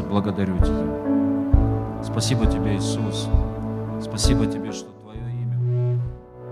благодарю Тебя. Спасибо Тебе, Иисус. Спасибо Тебе, что Твое имя,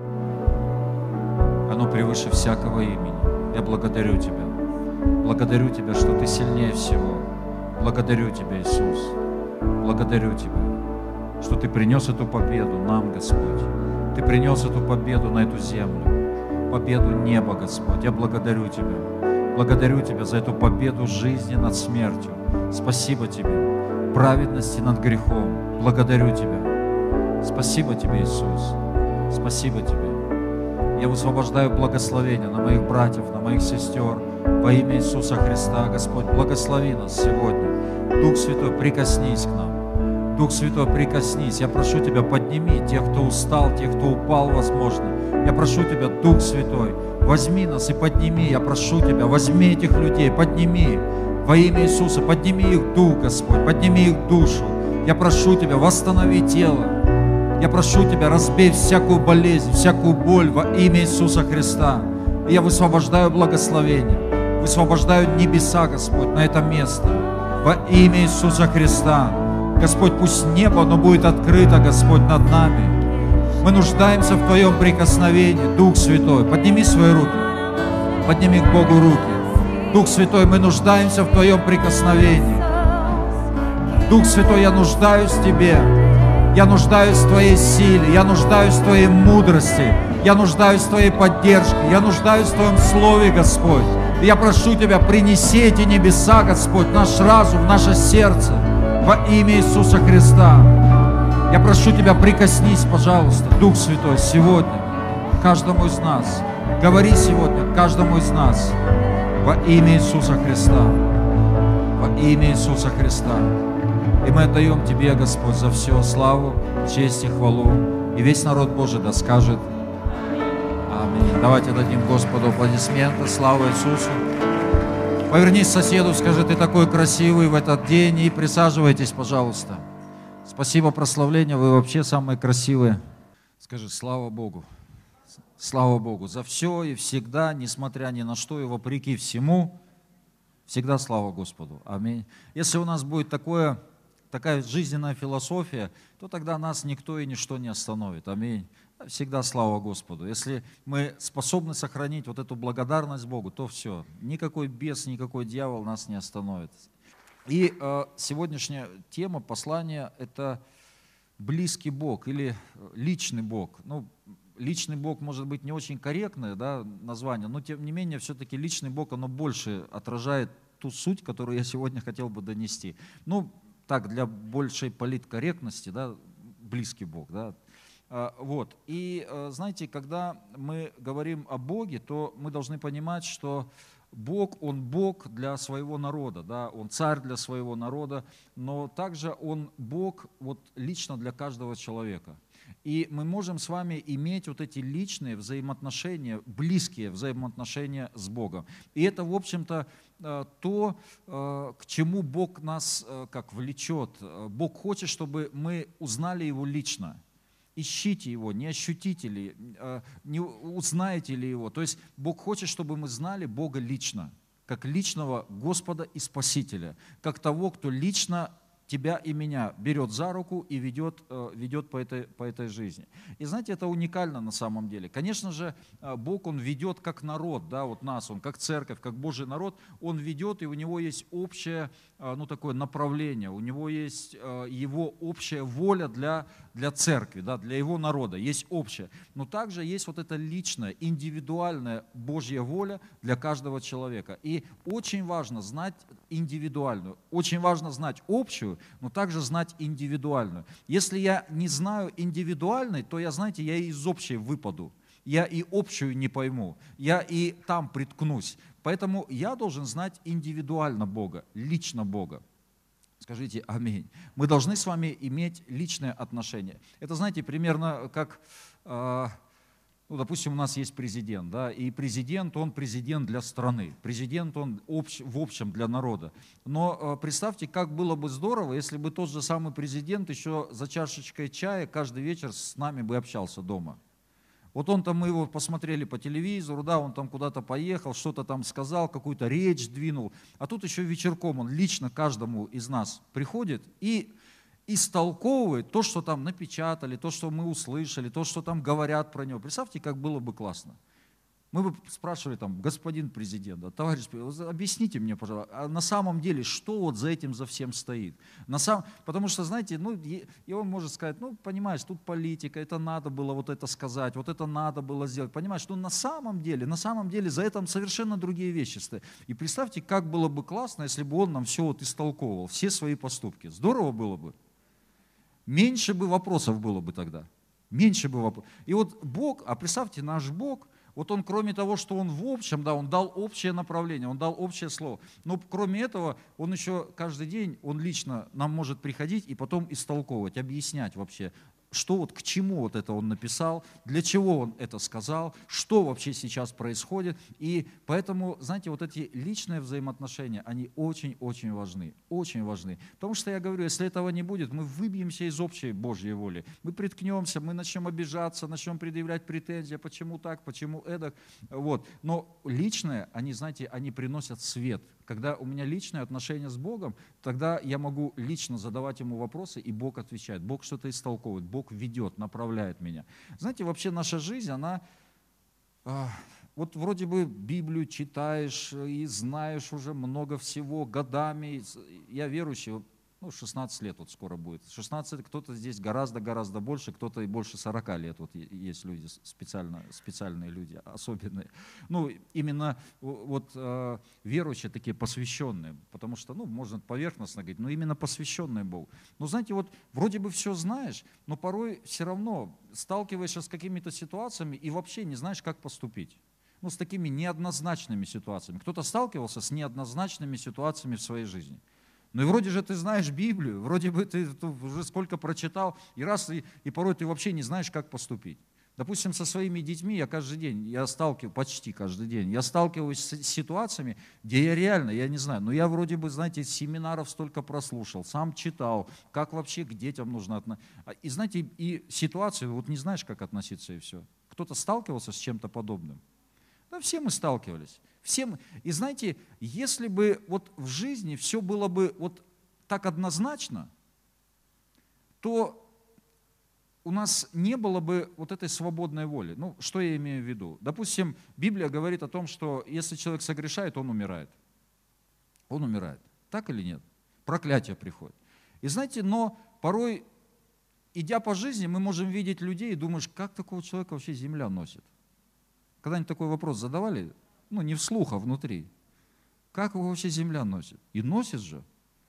оно превыше всякого имени. Я благодарю Тебя. Благодарю Тебя, что Ты сильнее всего. Благодарю Тебя, Иисус. Благодарю Тебя, что Ты принес эту победу нам, Господь. Ты принес эту победу на эту землю, победу неба, Господь. Я благодарю Тебя. Благодарю Тебя за эту победу жизни над смертью. Спасибо Тебе. Праведности над грехом. Благодарю Тебя. Спасибо Тебе, Иисус. Спасибо Тебе. Я высвобождаю благословение на моих братьев, на моих сестер. Во имя Иисуса Христа, Господь, благослови нас сегодня. Дух Святой, прикоснись к нам. Дух Святой, прикоснись. Я прошу Тебя, подними тех, кто устал, тех, кто упал, возможно. Я прошу Тебя, Дух Святой, возьми нас и подними. Я прошу Тебя, возьми этих людей, подними. Во имя Иисуса, подними их дух, Господь, подними их душу. Я прошу Тебя, восстанови тело. Я прошу Тебя, разбей всякую болезнь, всякую боль во имя Иисуса Христа. И я высвобождаю благословение, высвобождаю небеса, Господь, на это место. Во имя Иисуса Христа. Господь, пусть небо, оно будет открыто, Господь, над нами. Мы нуждаемся в Твоем прикосновении. Дух Святой, подними свои руки, подними к Богу руки. Дух Святой, мы нуждаемся в Твоем прикосновении. Дух Святой, я нуждаюсь в Тебе. Я нуждаюсь в Твоей силе. Я нуждаюсь в Твоей мудрости. Я нуждаюсь в Твоей поддержке. Я нуждаюсь в Твоем Слове, Господь. И я прошу Тебя, принеси эти небеса, Господь, в наш разум, в наше сердце. Во имя Иисуса Христа. Я прошу Тебя, прикоснись, пожалуйста, Дух Святой, сегодня к каждому из нас. Говори сегодня к каждому из нас. Во имя Иисуса Христа. Во имя Иисуса Христа. И мы отдаем Тебе, Господь, за все славу, честь и хвалу. И весь народ Божий да скажет аминь. Давайте дадим Господу аплодисменты. Слава Иисусу. Повернись к соседу, скажи: ты такой красивый в этот день. И присаживайтесь, пожалуйста. Спасибо, прославление, вы вообще самые красивые. Скажи: слава Богу. Слава Богу за все и всегда, несмотря ни на что и вопреки всему, всегда слава Господу. Аминь. Если у нас будет такая жизненная философия, то тогда нас никто и ничто не остановит. Аминь. Всегда слава Господу. Если мы способны сохранить вот эту благодарность Богу, то все. Никакой бес, никакой дьявол нас не остановит. И сегодняшняя тема послания – это близкий Бог или личный Бог. Ну, личный Бог может быть не очень корректное, да, название, но тем не менее все-таки личный Бог, оно больше отражает ту суть, которую я сегодня хотел бы донести. Ну, так, для большей политкорректности, да, близкий Бог, да. Вот. И знаете, когда мы говорим о Боге, то мы должны понимать, что Бог, Он Бог для своего народа, да, Он царь для своего народа, но также Он Бог вот лично для каждого человека. И мы можем с вами иметь вот эти личные взаимоотношения, близкие взаимоотношения с Богом. И это, в общем-то, то, к чему Бог нас как влечет. Бог хочет, чтобы мы узнали Его лично. Ищите Его, не ощутите ли, не узнаете ли Его. То есть Бог хочет, чтобы мы знали Бога лично, как личного Господа и Спасителя, как того, кто лично тебя и меня берет за руку и ведет по этой жизни. И знаете, это уникально на самом деле. Конечно же, Бог, Он ведет как народ, да, вот нас, Он как церковь, как Божий народ, Он ведет, и у Него есть общее, такое направление, у Него есть Его общая воля для церкви, да, для Его народа, есть общее. Но также есть вот эта личная, индивидуальная Божья воля для каждого человека. И очень важно знать индивидуальную, очень важно знать общую, но также знать индивидуальную. Если я не знаю индивидуальной, то я, знаете, я из общей выпаду. Я и общую не пойму. Я и там приткнусь. Поэтому я должен знать индивидуально Бога, лично Бога. Скажите аминь. Мы должны с вами иметь личное отношение. Это, знаете, примерно как... допустим, у нас есть президент, да, и президент, он президент для страны, президент, он в общем для народа. Но представьте, как было бы здорово, если бы тот же самый президент еще за чашечкой чая каждый вечер с нами бы общался дома. Вот он там, мы его посмотрели по телевизору, да, он там куда-то поехал, что-то там сказал, какую-то речь двинул. А тут еще вечерком он лично каждому из нас приходит и истолковывает то, что там напечатали, то, что мы услышали, то, что там говорят про него. Представьте, как было бы классно. Мы бы спрашивали там, господин президент, да, товарищ, объясните мне, пожалуйста, а на самом деле, что вот за этим, за всем стоит? Потому что, знаете, ну, и он может сказать, ну, понимаешь, тут политика, это надо было вот это сказать, вот это надо было сделать. Понимаешь, что на самом деле за этим совершенно другие вещи стоят. И представьте, как было бы классно, если бы он нам все вот истолковывал, все свои поступки. Здорово было бы. Меньше бы вопросов было бы тогда. Меньше бы вопросов. И вот Бог, а представьте, наш Бог, вот Он, кроме того, что Он в общем, да, Он дал общее направление, Он дал общее слово. Но кроме этого, Он еще каждый день, Он лично нам может приходить и потом истолковывать, объяснять вообще, что вот к чему вот это Он написал, для чего Он это сказал, что вообще сейчас происходит. И поэтому, знаете, вот эти личные взаимоотношения, они очень-очень важны, очень важны. Потому что я говорю, если этого не будет, мы выбьемся из общей Божьей воли. Мы приткнемся, мы начнем обижаться, начнем предъявлять претензии, почему так, почему эдак. Вот. Но личные, они, знаете, они приносят свет. Когда у меня личные отношения с Богом, тогда я могу лично задавать Ему вопросы, и Бог отвечает. Бог что-то истолковывает, Бог ведет, направляет меня. Знаете, вообще наша жизнь, она... Вот вроде бы Библию читаешь и знаешь уже много всего годами. Я верующий, ну, 16 лет вот скоро будет. 16, кто-то здесь гораздо-гораздо больше, кто-то и больше 40 лет. Вот есть люди, специальные люди, особенные. Ну, именно вот верующие такие посвященные, потому что, ну, можно поверхностно говорить, но именно посвященные Богу. Но знаете, вот вроде бы все знаешь, но порой все равно сталкиваешься с какими-то ситуациями и вообще не знаешь, как поступить. Ну, с такими неоднозначными ситуациями. Кто-то сталкивался с неоднозначными ситуациями в своей жизни. Ну и вроде же ты знаешь Библию, вроде бы ты уже сколько прочитал, и порой ты вообще не знаешь, как поступить. Допустим, со своими детьми я каждый день, почти каждый день, я сталкиваюсь с ситуациями, где я реально, я не знаю, но я вроде бы, знаете, семинаров столько прослушал, сам читал, как вообще к детям нужно относиться. И знаете, и ситуацию, вот не знаешь, как относиться, и все. Кто-то сталкивался с чем-то подобным? Да, все мы сталкивались. И знаете, если бы вот в жизни все было бы вот так однозначно, то у нас не было бы вот этой свободной воли. Ну, что я имею в виду? Допустим, Библия говорит о том, что если человек согрешает, он умирает. Он умирает. Так или нет? Проклятие приходит. И знаете, но порой, идя по жизни, мы можем видеть людей и думаешь, как такого человека вообще земля носит? Когда-нибудь такой вопрос задавали? Ну, не вслух, а внутри. Как его вообще земля носит? И носит же.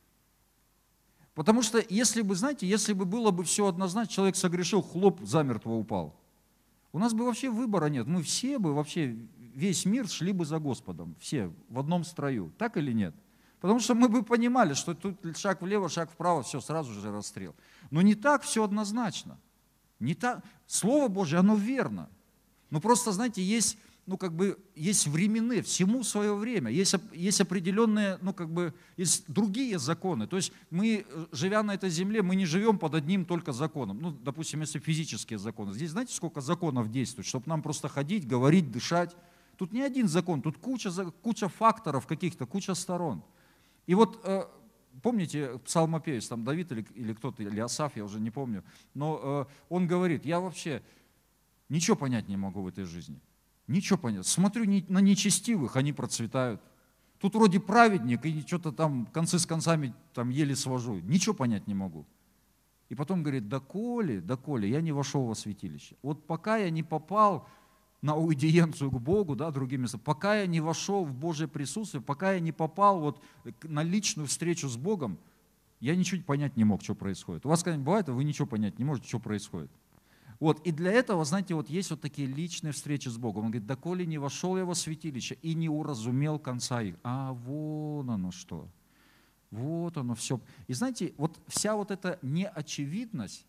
Потому что, если бы, знаете, если бы было бы все однозначно, человек согрешил, хлоп, замертво упал. У нас бы вообще выбора нет. Мы все бы вообще, весь мир шли бы за Господом. Все в одном строю. Так или нет? Потому что мы бы понимали, что тут шаг влево, шаг вправо, все, сразу же расстрел. Но не так все однозначно. Не так. Слово Божье, оно верно. Но просто, знаете, есть, есть временные, всему свое время, есть определенные, есть другие законы. То есть мы, живя на этой земле, мы не живем под одним только законом. Ну, допустим, если физические законы. Здесь знаете, сколько законов действует, чтобы нам просто ходить, говорить, дышать. Тут не один закон, тут куча факторов каких-то, куча сторон. И вот помните, псалмопевец, там Давид или кто-то, или Асаф, я уже не помню, но он говорит, я вообще... Ничего понять не могу в этой жизни. Ничего понять. Смотрю на нечестивых, они процветают. Тут вроде праведник, и что-то там концы с концами там еле свожу. Ничего понять не могу. И потом говорит, доколе, я не вошел во святилище. Вот пока я не попал на аудиенцию к Богу, да, другими словами, пока я не вошел в Божье присутствие, пока я не попал вот на личную встречу с Богом, я ничего понять не мог, что происходит. У вас когда-нибудь бывает, вы ничего понять не можете, что происходит. Вот, и для этого, знаете, вот есть вот такие личные встречи с Богом. Он говорит, доколе не вошел я во святилище и не уразумел конца их. А вон оно что. Вот оно все. И знаете, вот вся вот эта неочевидность,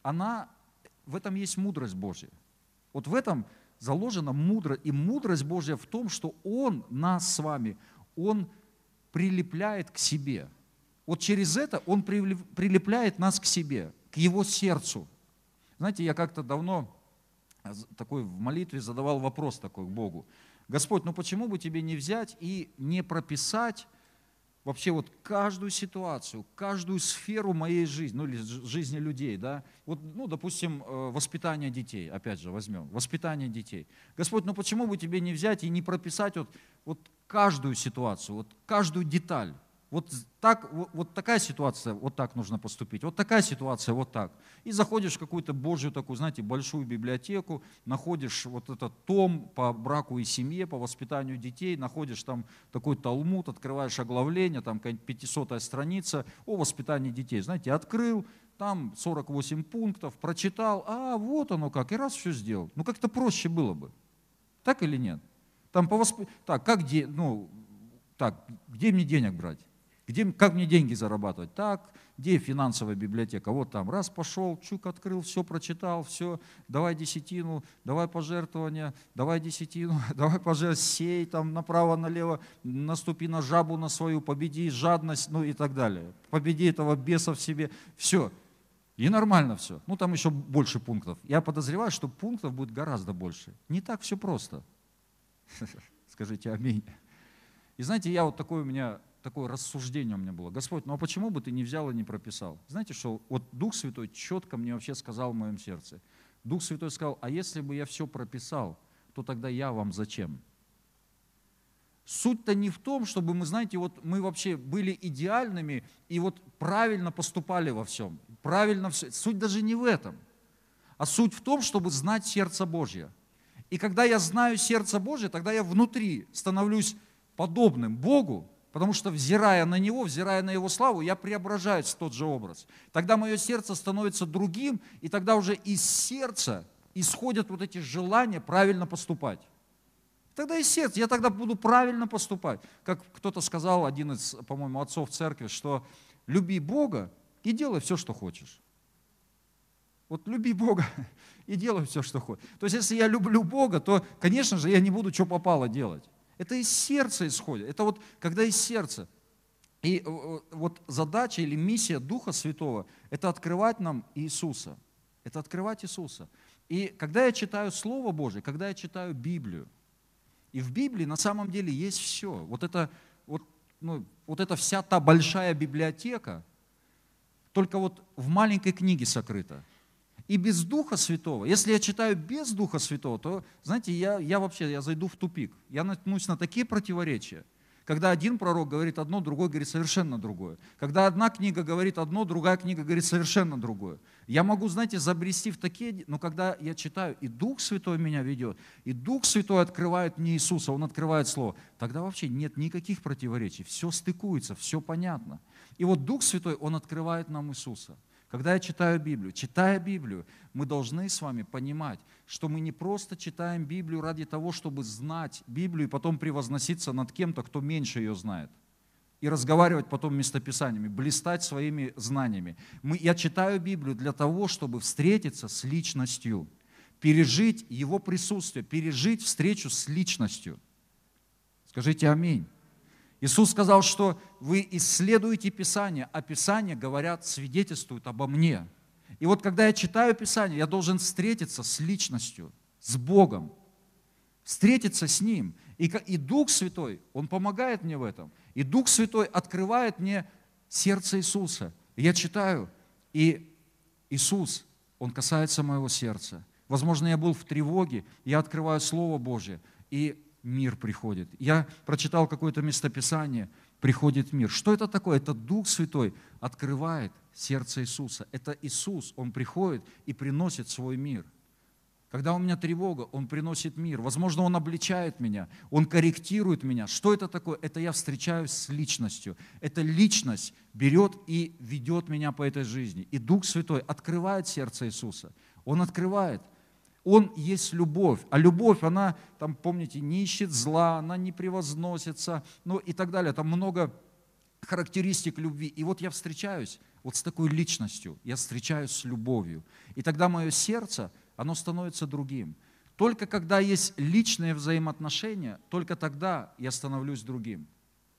в этом есть мудрость Божья. Вот в этом заложена мудрость. И мудрость Божья в том, что Он нас с вами, Он прилепляет к себе. Вот через это Он прилепляет нас к себе, к Его сердцу. Знаете, я как-то давно такой в молитве задавал вопрос такой к Богу. Господь, ну почему бы тебе не взять и не прописать вообще вот каждую ситуацию, каждую сферу моей жизни, ну или жизни людей, да, вот, ну, допустим, воспитание детей, опять же, возьмем, воспитание детей. Господь, ну почему бы тебе не взять и не прописать вот каждую ситуацию, вот каждую деталь, вот такая ситуация, вот так нужно поступить, вот такая ситуация, вот так. И заходишь в какую-то Божью такую, знаете, большую библиотеку, находишь вот этот том по браку и семье, по воспитанию детей, находишь там такой талмуд, открываешь оглавление, там какая-нибудь 500-я страница о воспитании детей. Знаете, открыл, там 48 пунктов, прочитал, вот оно как, и раз все сделал. Ну как-то проще было бы, так или нет? Там где мне денег брать? Как мне деньги зарабатывать? Так, где финансовая библиотека? Вот там, раз пошел, чук открыл, все прочитал, все, давай десятину, давай пожертвования, давай десятину, давай сей там направо-налево, наступи на жабу на свою, победи жадность, ну и так далее. Победи этого беса в себе, все. И нормально все. Ну там еще больше пунктов. Я подозреваю, что пунктов будет гораздо больше. Не так все просто. Скажите аминь. И знаете, у меня такое рассуждение у меня было. Господь, ну а почему бы ты не взял и не прописал? Знаете, что вот Дух Святой четко мне вообще сказал в моем сердце. Дух Святой сказал, а если бы я все прописал, то тогда я вам зачем? Суть-то не в том, чтобы мы, знаете, вот мы вообще были идеальными и вот правильно поступали во всем. Правильно все. Суть даже не в этом. А суть в том, чтобы знать сердце Божье. И когда я знаю сердце Божье, тогда я внутри становлюсь подобным Богу, потому что, взирая на Него, взирая на Его славу, я преображаюсь в тот же образ. Тогда мое сердце становится другим, и тогда уже из сердца исходят вот эти желания правильно поступать. Тогда из сердца, я тогда буду правильно поступать. Как кто-то сказал, один из, по-моему, отцов церкви, что люби Бога и делай все, что хочешь. Вот люби Бога и делай все, что хочешь. То есть, если я люблю Бога, то, конечно же, я не буду, что попало делать. Это из сердца исходит. Это вот когда из сердца. И вот задача или миссия Духа Святого – это открывать нам Иисуса. Это открывать Иисуса. И когда я читаю Слово Божие, когда я читаю Библию, и в Библии на самом деле есть все. Вот это вся та большая библиотека, только вот в маленькой книге сокрыта. И без Духа Святого, если я читаю без Духа Святого, то, знаете, я зайду в тупик. Я наткнусь на такие противоречия. Когда один пророк говорит одно, другой говорит совершенно другое. Когда одна книга говорит одно, другая книга говорит совершенно другое. Я могу, знаете, забрести в такие, но когда я читаю, и Дух Святой меня ведет, и Дух Святой открывает мне Иисуса, Он открывает Слово, тогда вообще нет никаких противоречий, все стыкуется, все понятно. И вот Дух Святой, Он открывает нам Иисуса. Когда я читаю Библию, читая Библию, мы должны с вами понимать, что мы не просто читаем Библию ради того, чтобы знать Библию и потом превозноситься над кем-то, кто меньше ее знает. И разговаривать потом местописаниями, блистать своими знаниями. Я читаю Библию для того, чтобы встретиться с личностью, пережить его присутствие, пережить встречу с личностью. Скажите аминь. Иисус сказал, что вы исследуете Писание, а Писание, говорят, свидетельствуют обо мне. И вот когда я читаю Писание, я должен встретиться с личностью, с Богом, встретиться с Ним. И Дух Святой, Он помогает мне в этом. И Дух Святой открывает мне сердце Иисуса. И я читаю, и Иисус, Он касается моего сердца. Возможно, я был в тревоге, я открываю Слово Божие, и мир приходит. Я прочитал какое-то местописание, приходит мир. Что это такое? Это Дух Святой открывает сердце Иисуса. Это Иисус, Он приходит и приносит свой мир. Когда у меня тревога, Он приносит мир. Возможно, Он обличает меня, Он корректирует меня. Что это такое? Это я встречаюсь с личностью. Эта личность берет и ведет меня по этой жизни. И Дух Святой открывает сердце Иисуса. Он открывает. Он есть любовь, а любовь, она, там, помните, не ищет зла, она не превозносится, ну и так далее. Там много характеристик любви. И вот я встречаюсь вот с такой личностью, я встречаюсь с любовью. И тогда мое сердце, оно становится другим. Только когда есть личные взаимоотношения, только тогда я становлюсь другим.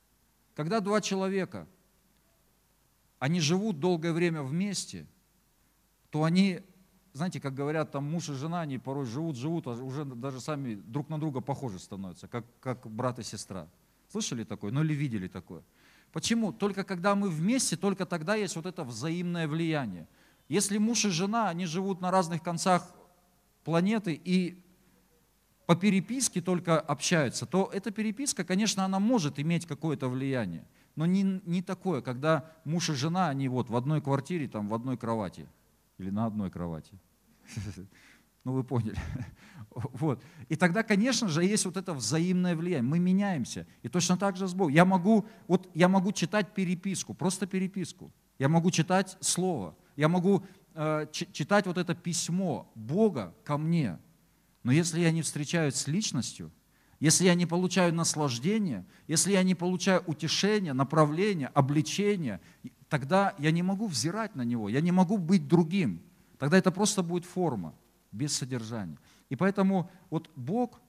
Когда два человека, они живут долгое время вместе, то они, знаете, как говорят, там муж и жена, они порой живут, а уже даже сами друг на друга похожи становятся, как брат и сестра. Слышали такое? Ну или видели такое? Почему? Только когда мы вместе, только тогда есть вот это взаимное влияние. Если муж и жена, они живут на разных концах планеты и по переписке только общаются, то эта переписка, конечно, она может иметь какое-то влияние, но не такое, когда муж и жена, они вот в одной квартире, там, в одной кровати или на одной кровати. Ну, вы поняли. Вот. И тогда, конечно же, есть вот это взаимное влияние. Мы меняемся. И точно так же с Богом. Я могу читать переписку, просто переписку. Я могу читать Слово. Я могу читать вот это письмо Бога ко мне. Но если я не встречаюсь с личностью, если я не получаю наслаждение, если я не получаю утешение, направление, обличение, тогда я не могу взирать на Него, я не могу быть другим. Тогда это просто будет форма, без содержания. И поэтому вот Бог,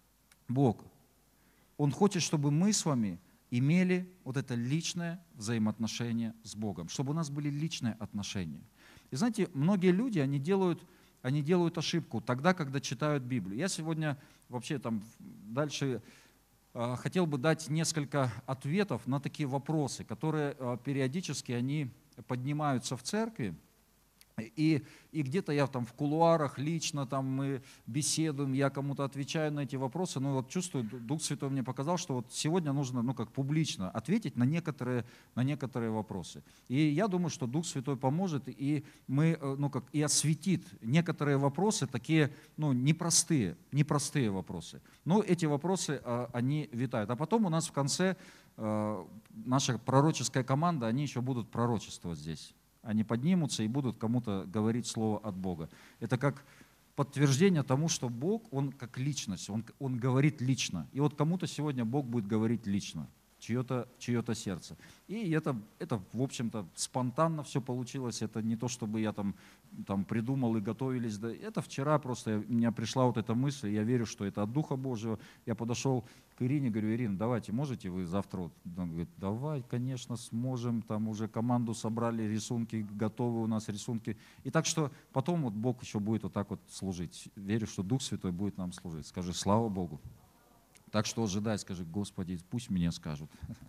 Он хочет, чтобы мы с вами имели вот это личное взаимоотношение с Богом, чтобы у нас были личные отношения. И знаете, многие люди, они делают ошибку тогда, когда читают Библию. Я сегодня вообще там дальше хотел бы дать несколько ответов на такие вопросы, которые периодически они поднимаются в церкви. И где-то я там в кулуарах лично, там мы беседуем, я кому-то отвечаю на эти вопросы, но вот чувствую, Дух Святой мне показал, что вот сегодня нужно, как публично ответить на некоторые вопросы. И я думаю, что Дух Святой поможет, и мы, и осветит некоторые вопросы, такие, непростые вопросы. Но эти вопросы, они витают. А потом у нас в конце наша пророческая команда, они еще будут пророчествовать здесь. Они поднимутся и будут кому-то говорить слово от Бога. Это как подтверждение тому, что Бог, Он как личность, Он говорит лично. И вот кому-то сегодня Бог будет говорить лично, чье-то сердце. И это, в общем-то, спонтанно все получилось. Это не то, чтобы я там придумал и готовились. Это вчера просто у меня пришла вот эта мысль, я верю, что это от Духа Божьего. Я подошел к Ирине, говорю: Ирина, давайте, можете вы завтра? Она говорит: давай, конечно, сможем. Там уже команду собрали, рисунки готовы у нас, рисунки. И так что потом вот Бог еще будет вот так вот служить. Верю, что Дух Святой будет нам служить. Скажи: слава Богу. Так что ожидай, скажи: Господи, пусть мне скажут.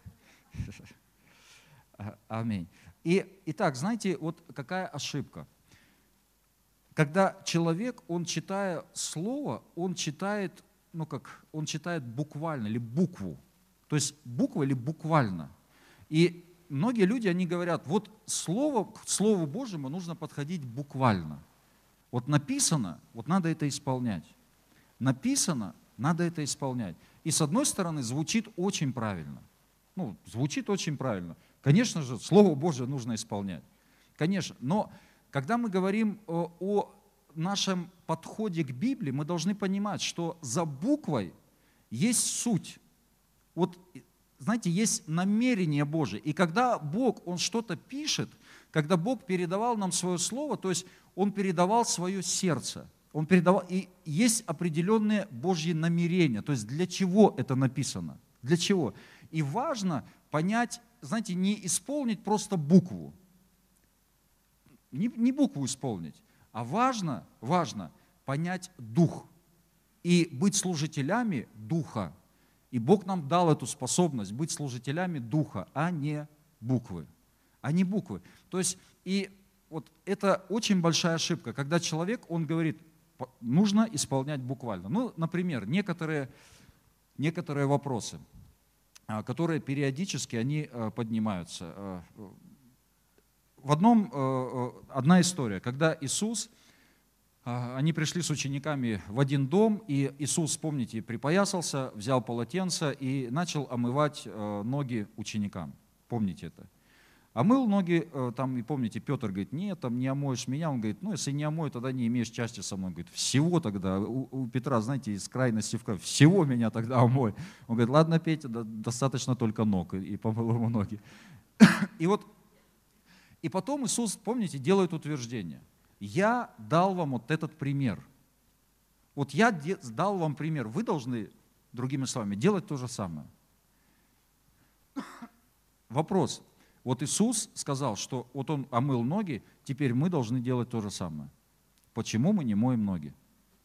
Аминь. Итак, знаете, вот какая ошибка. Когда человек, он читая слово, он читает, он читает буквально или букву. То есть буква или буквально. И многие люди, они говорят: вот к Слову Божьему нужно подходить буквально. Вот написано, вот надо это исполнять. Написано, надо это исполнять. И с одной стороны звучит очень правильно. Звучит очень правильно. Конечно же, Слово Божие нужно исполнять. Конечно. Но когда мы говорим о нашем подходе к Библии, мы должны понимать, что за буквой есть суть. Вот, знаете, есть намерение Божие. И когда Бог, Он что-то пишет, когда Бог передавал нам свое Слово, то есть Он передавал свое сердце. Он передавал, и есть определенные Божьи намерения, то есть для чего это написано, для чего. И важно понять, знаете, не исполнить просто букву, не букву исполнить, а важно понять дух и быть служителями духа. И Бог нам дал эту способность быть служителями духа, а не буквы. То есть, и вот это очень большая ошибка, когда человек, он говорит: нужно исполнять буквально. Например, некоторые вопросы, которые периодически они поднимаются. Одна история, когда Иисус, они пришли с учениками в один дом, и Иисус, помните, припоясался, взял полотенце и начал омывать ноги ученикам. Помните это? Омыл ноги, там, и помните, Петр говорит: нет, там не омоешь меня. Он говорит: если не омою, тогда не имеешь части со мной. Он говорит: всего тогда, у Петра, знаете, из крайности в крайность, всего меня тогда омой. Он говорит: ладно, Петя, достаточно только ног, и помыл ему ноги. И потом Иисус, помните, делает утверждение: я дал вам вот этот пример. Вот я дал вам пример, вы должны, другими словами, делать то же самое. Вопрос. Вот Иисус сказал, что вот Он омыл ноги, теперь мы должны делать то же самое. Почему мы не моем ноги?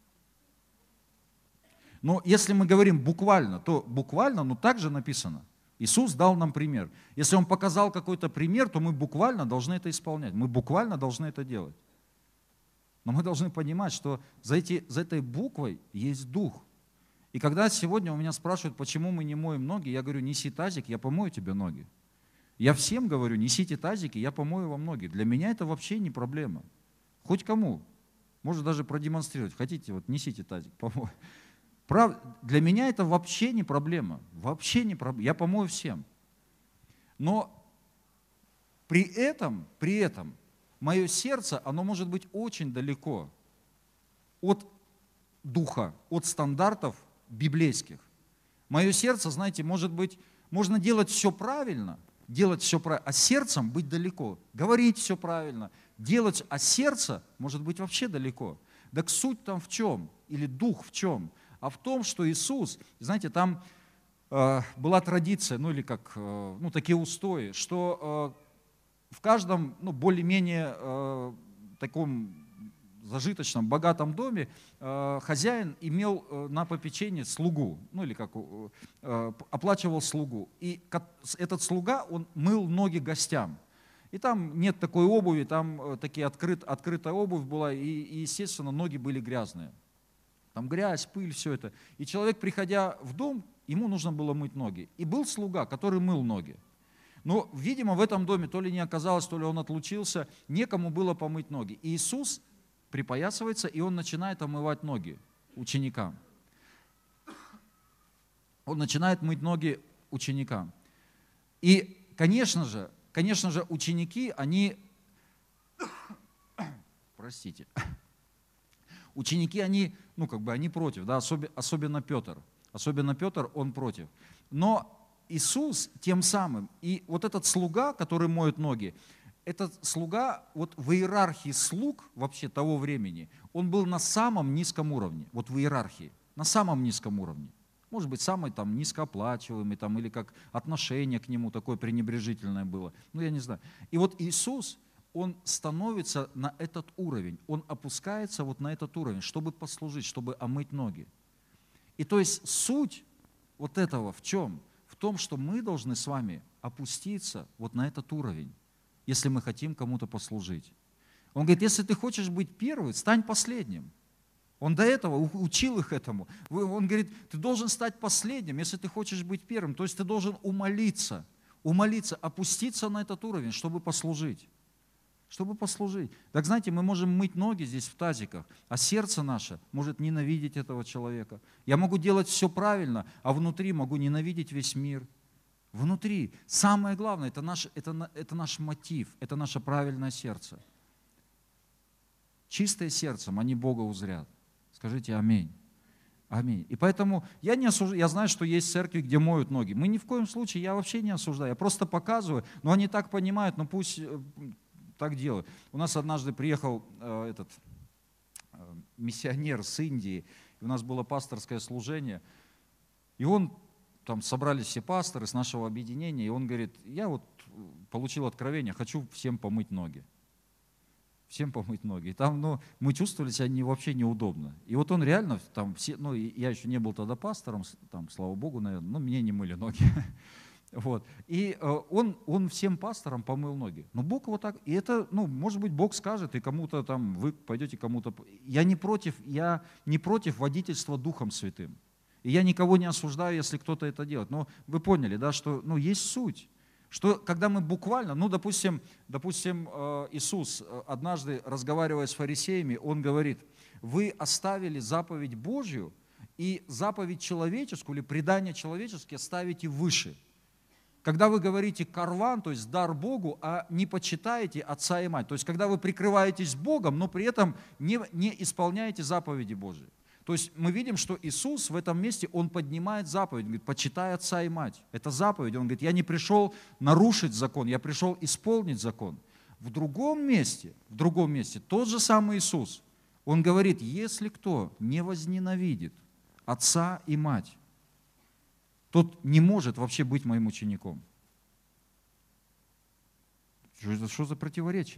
Но если мы говорим буквально, то буквально, но также написано. Иисус дал нам пример. Если Он показал какой-то пример, то мы буквально должны это исполнять. Мы буквально должны это делать. Но мы должны понимать, что за этой буквой есть дух. И когда сегодня у меня спрашивают, почему мы не моем ноги, я говорю, неси тазик, я помою тебе ноги. Я всем говорю, несите тазики, я помою вам ноги. Для меня это вообще не проблема. Хоть кому. Может даже продемонстрировать. Хотите, вот несите тазик, помою. Для меня это вообще не проблема. Вообще не проблема. Я помою всем. Но при этом, мое сердце, оно может быть очень далеко от духа, от стандартов библейских. Мое сердце, знаете, может быть, можно делать все правильно, а сердцем быть далеко. Говорить все правильно, делать, а сердце может быть вообще далеко. Так суть там в чем? Или дух в чем? А в том, что Иисус, знаете, там была традиция, ну или как, такие устои, что в каждом, более-менее таком зажиточном, богатом доме хозяин имел на попечении слугу, или как оплачивал слугу. И этот слуга, он мыл ноги гостям. И там нет такой обуви, там открытая обувь была, и, естественно, ноги были грязные. Там грязь, пыль, все это. И человек, приходя в дом, ему нужно было мыть ноги. И был слуга, который мыл ноги. Но, видимо, в этом доме то ли не оказалось, то ли он отлучился, некому было помыть ноги. И Иисус припоясывается, и он начинает омывать ноги ученикам. Он начинает мыть ноги ученикам. И, конечно же, ученики, они, ученики, они против, да, особенно Петр. Особенно Петр, он против. Но Иисус тем самым, и вот этот слуга, который моет ноги, этот слуга вот в иерархии слуг вообще того времени, он был на самом низком уровне, вот в иерархии, на самом низком уровне. Может быть, самый там низкооплачиваемый, там, или как отношение к нему такое пренебрежительное было. Я не знаю. И вот Иисус, Он становится на этот уровень, Он опускается вот на этот уровень, чтобы послужить, чтобы омыть ноги. И то есть суть вот этого в чем? В том, что мы должны с вами опуститься вот на этот уровень, если мы хотим кому-то послужить. Он говорит, если ты хочешь быть первым, стань последним. Он до этого учил их этому. Он говорит, ты должен стать последним, если ты хочешь быть первым. То есть ты должен умолиться, опуститься на этот уровень, чтобы послужить. Чтобы послужить. Так знаете, мы можем мыть ноги здесь в тазиках, а сердце наше может ненавидеть этого человека. Я могу делать все правильно, а внутри могу ненавидеть весь мир. Внутри. Самое главное, это наш мотив, это наше правильное сердце. Чистое сердцем они Бога узрят. Скажите аминь. Аминь. И поэтому я не осуждаю, я знаю, что есть церкви, где моют ноги. Мы ни в коем случае, я вообще не осуждаю, я просто показываю, но они так понимают, пусть так делают. У нас однажды приехал миссионер с Индии, и у нас было пасторское служение, и там собрались все пасторы с нашего объединения, и он говорит, я вот получил откровение, хочу всем помыть ноги. Всем помыть ноги. И там, мы чувствовали себя вообще неудобно. И вот он реально, там все, я еще не был тогда пастором, там, слава Богу, наверное, но мне не мыли ноги. Вот. И он всем пасторам помыл ноги. Но Бог вот так, и это, может быть, Бог скажет, и кому-то там, вы пойдете кому-то. Я не против водительства Духом Святым. И я никого не осуждаю, если кто-то это делает. Но вы поняли, да, что есть суть. Что когда мы буквально, допустим, Иисус однажды, разговаривая с фарисеями, Он говорит, вы оставили заповедь Божью и заповедь человеческую или предание человеческое ставите выше. Когда вы говорите карван, то есть дар Богу, а не почитаете отца и мать. То есть когда вы прикрываетесь Богом, но при этом не исполняете заповеди Божьи. То есть мы видим, что Иисус в этом месте, Он поднимает заповедь, говорит, почитай отца и мать. Это заповедь. Он говорит, я не пришел нарушить закон, я пришел исполнить закон. В другом месте тот же самый Иисус, Он говорит, если кто не возненавидит отца и мать, тот не может вообще быть моим учеником. Что за противоречие?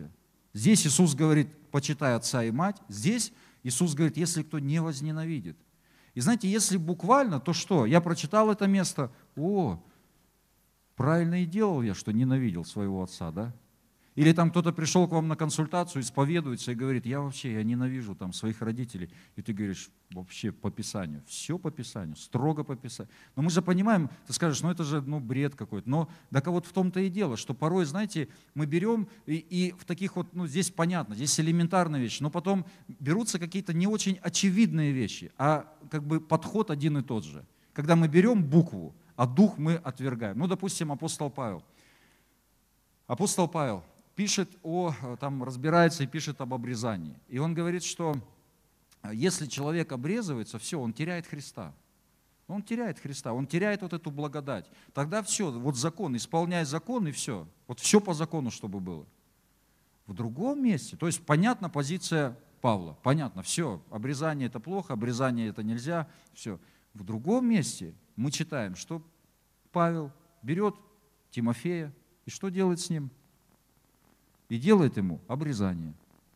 Здесь Иисус говорит, почитай отца и мать. Здесь Иисус говорит, если кто не возненавидит. И знаете, если буквально, то что? Я прочитал это место, правильно и делал я, что ненавидел своего отца, да? Или там кто-то пришел к вам на консультацию, исповедуется и говорит, я ненавижу там своих родителей. И ты говоришь, вообще по Писанию, все по Писанию, строго по Писанию. Но мы же понимаем, ты скажешь, это же бред какой-то. Но так вот в том-то и дело, что порой, знаете, мы берем и в таких вот, здесь понятно, здесь элементарная вещь, но потом берутся какие-то не очень очевидные вещи, а как бы подход один и тот же. Когда мы берем букву, а дух мы отвергаем. Допустим, апостол Павел. Апостол Павел пишет разбирается и пишет об обрезании. И он говорит, что если человек обрезывается, все, он теряет Христа. Он теряет Христа, он теряет вот эту благодать. Тогда все, вот закон, исполняй закон и все. Вот все по закону, чтобы было. В другом месте, то есть понятна позиция Павла, понятно, все, обрезание это плохо, обрезание это нельзя, все. В другом месте мы читаем, что Павел берет Тимофея и что делает с ним? И делает ему обрезание.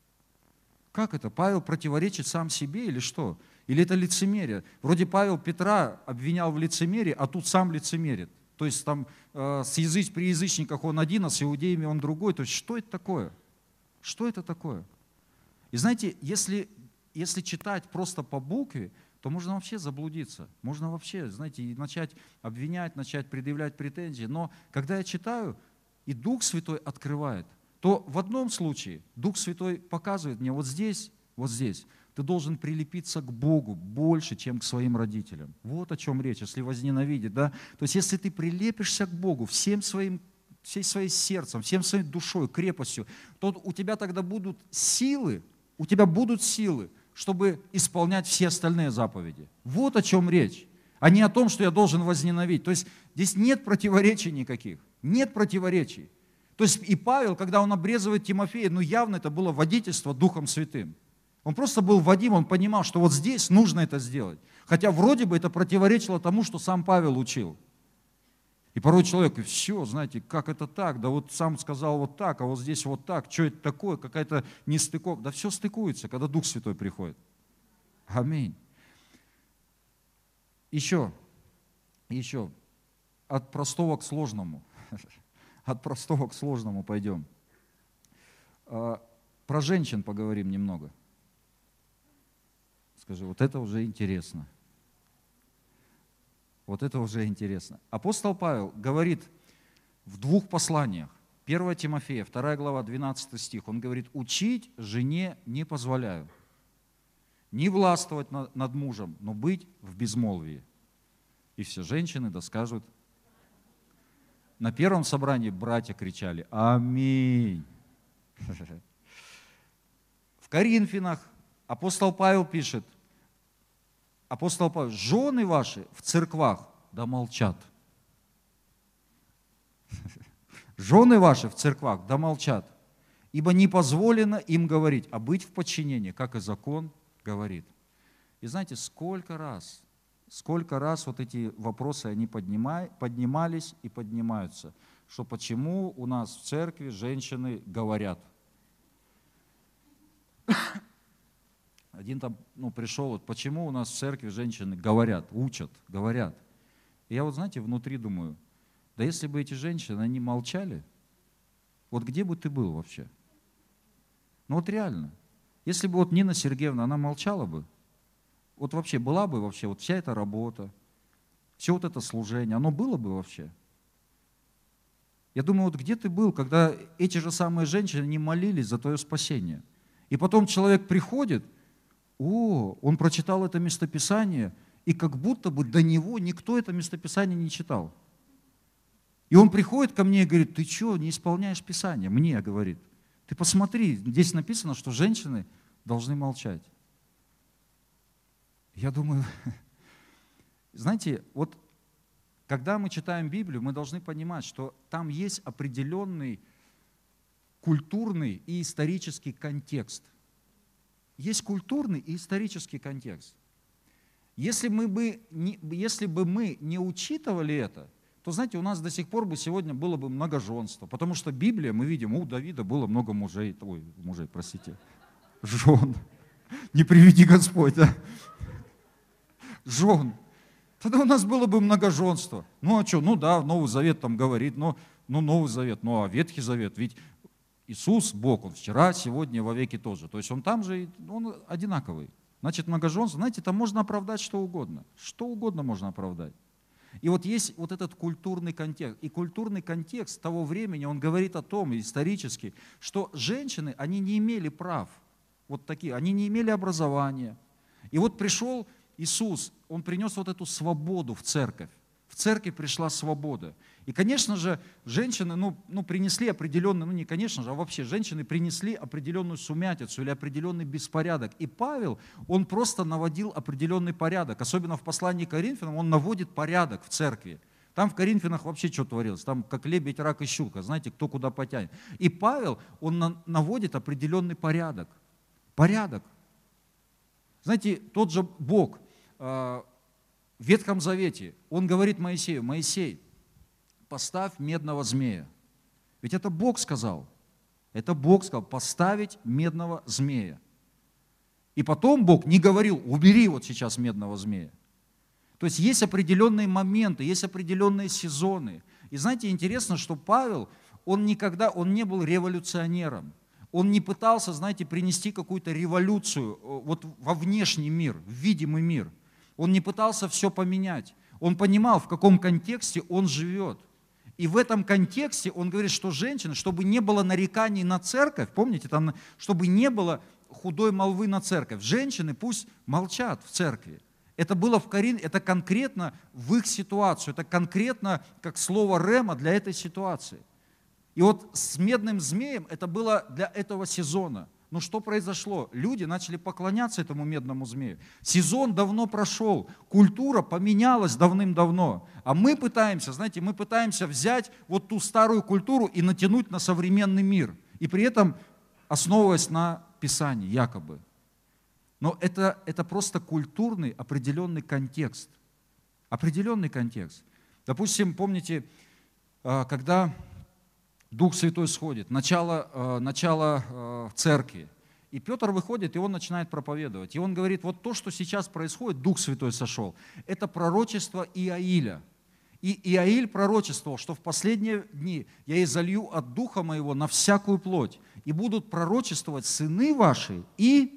Как это? Павел противоречит сам себе или что? Или это лицемерие? Вроде Павел Петра обвинял в лицемерии, а тут сам лицемерит. То есть там при язычниках он один, а с иудеями он другой. То есть что это такое? Что это такое? И знаете, если читать просто по букве, то можно вообще заблудиться. Можно вообще, знаете, начать обвинять, начать предъявлять претензии. Но когда я читаю, и Дух Святой открывает, то в одном случае Дух Святой показывает мне, вот здесь, ты должен прилепиться к Богу больше, чем к своим родителям. Вот о чем речь, если возненавидеть. Да? То есть если ты прилепишься к Богу всей своим сердцем, всем своей душой, крепостью, то у тебя тогда будут силы, чтобы исполнять все остальные заповеди. Вот о чем речь, а не о том, что я должен возненавидеть. То есть здесь нет противоречий никаких, нет противоречий. То есть и Павел, когда он обрезывает Тимофея, явно это было водительство Духом Святым. Он просто был водим, он понимал, что вот здесь нужно это сделать. Хотя вроде бы это противоречило тому, что сам Павел учил. И порой человек, все, знаете, как это так? Да вот сам сказал вот так, а вот здесь вот так. Что это такое? Какая-то нестыковка. Да все стыкуется, когда Дух Святой приходит. Аминь. Еще. От простого к сложному. От простого к сложному пойдем. Про женщин поговорим немного. Скажи, вот это уже интересно. Вот это уже интересно. Апостол Павел говорит в двух посланиях. 1 Тимофея, 2 глава, 12 стих. Он говорит, учить жене не позволяю. Не властвовать над мужем, но быть в безмолвии. И все женщины скажут. На первом собрании братья кричали «Аминь». В Коринфянах апостол Павел пишет, жены ваши в церквах да молчат. Жены ваши в церквах да молчат, ибо не позволено им говорить, а быть в подчинении, как и закон говорит. И знаете, сколько раз вот эти вопросы, они поднимались и поднимаются, что почему у нас в церкви женщины говорят. Один там пришел, почему у нас в церкви женщины говорят, учат, говорят. И я знаете, внутри думаю, да если бы эти женщины, они молчали, вот где бы ты был вообще? Вот реально, если бы Нина Сергеевна, она молчала бы, вот вообще была бы вообще вот вся эта работа, все вот это служение, оно было бы вообще? Я думаю, вот где ты был, когда эти же самые женщины не молились за твое спасение? И потом человек приходит, он прочитал это местописание, и как будто бы до него никто это местописание не читал. И он приходит ко мне и говорит, ты что, не исполняешь Писание? Мне говорит, ты посмотри, здесь написано, что женщины должны молчать. Я думаю, знаете, вот когда мы читаем Библию, мы должны понимать, что там есть определенный культурный и исторический контекст. Есть культурный и исторический контекст. Если бы мы не учитывали это, то, знаете, у нас до сих пор бы сегодня было бы многоженство. Потому что Библия, мы видим, у Давида было много мужей, жен. Не приведи Господь, да? Жен. Тогда у нас было бы многоженство. Ну а что, ну да, Новый Завет там говорит, Новый Завет, а Ветхий Завет, ведь Иисус, Бог, Он вчера, сегодня, во веки тоже. То есть Он там же, Он одинаковый. Значит, многоженство, знаете, там можно оправдать что угодно. Что угодно можно оправдать. И вот есть вот этот культурный контекст. И культурный контекст того времени, он говорит о том, исторически, что женщины, они не имели прав. Вот такие, они не имели образования. И вот пришел Иисус, Он принес вот эту свободу в церковь. В церкви пришла свобода. И, конечно же, женщины, принесли определенный, не конечно же, а вообще женщины принесли определенную сумятицу или определенный беспорядок. И Павел, он просто наводил определенный порядок. Особенно в послании к Коринфянам он наводит порядок в церкви. Там в Коринфянах вообще что творилось? Там как лебедь, рак и щука, знаете, кто куда потянет. И Павел, он наводит определенный порядок. Порядок. Знаете, тот же Бог в Ветхом Завете, Он говорит Моисею: Моисей, поставь медного змея. Ведь это Бог сказал. Это Бог сказал, поставить медного змея. И потом Бог не говорил: убери вот сейчас медного змея. То есть есть определенные моменты, есть определенные сезоны. И знаете, интересно, что Павел, он не был революционером. Он не пытался, знаете, принести какую-то революцию вот во внешний мир, в видимый мир. Он не пытался все поменять. Он понимал, в каком контексте он живет. И в этом контексте он говорит, что женщины, чтобы не было нареканий на церковь, помните, там, чтобы не было худой молвы на церковь, женщины пусть молчат в церкви. Это было в Коринфе, это конкретно в их ситуацию, это конкретно как слово рема для этой ситуации. И вот с медным змеем это было для этого сезона. Но что произошло? Люди начали поклоняться этому медному змею. Сезон давно прошел, культура поменялась давным-давно. А мы пытаемся взять вот ту старую культуру и натянуть на современный мир. И при этом основываясь на Писании, якобы. Но это просто культурный определенный контекст. Определенный контекст. Допустим, помните, когда Дух Святой сходит, начало в церкви. И Петр выходит, и он начинает проповедовать. И он говорит, вот то, что сейчас происходит, Дух Святой сошел, это пророчество Иаиля. И Иаиль пророчествовал, что в последние дни я изолью от Духа Моего на всякую плоть, и будут пророчествовать сыны ваши и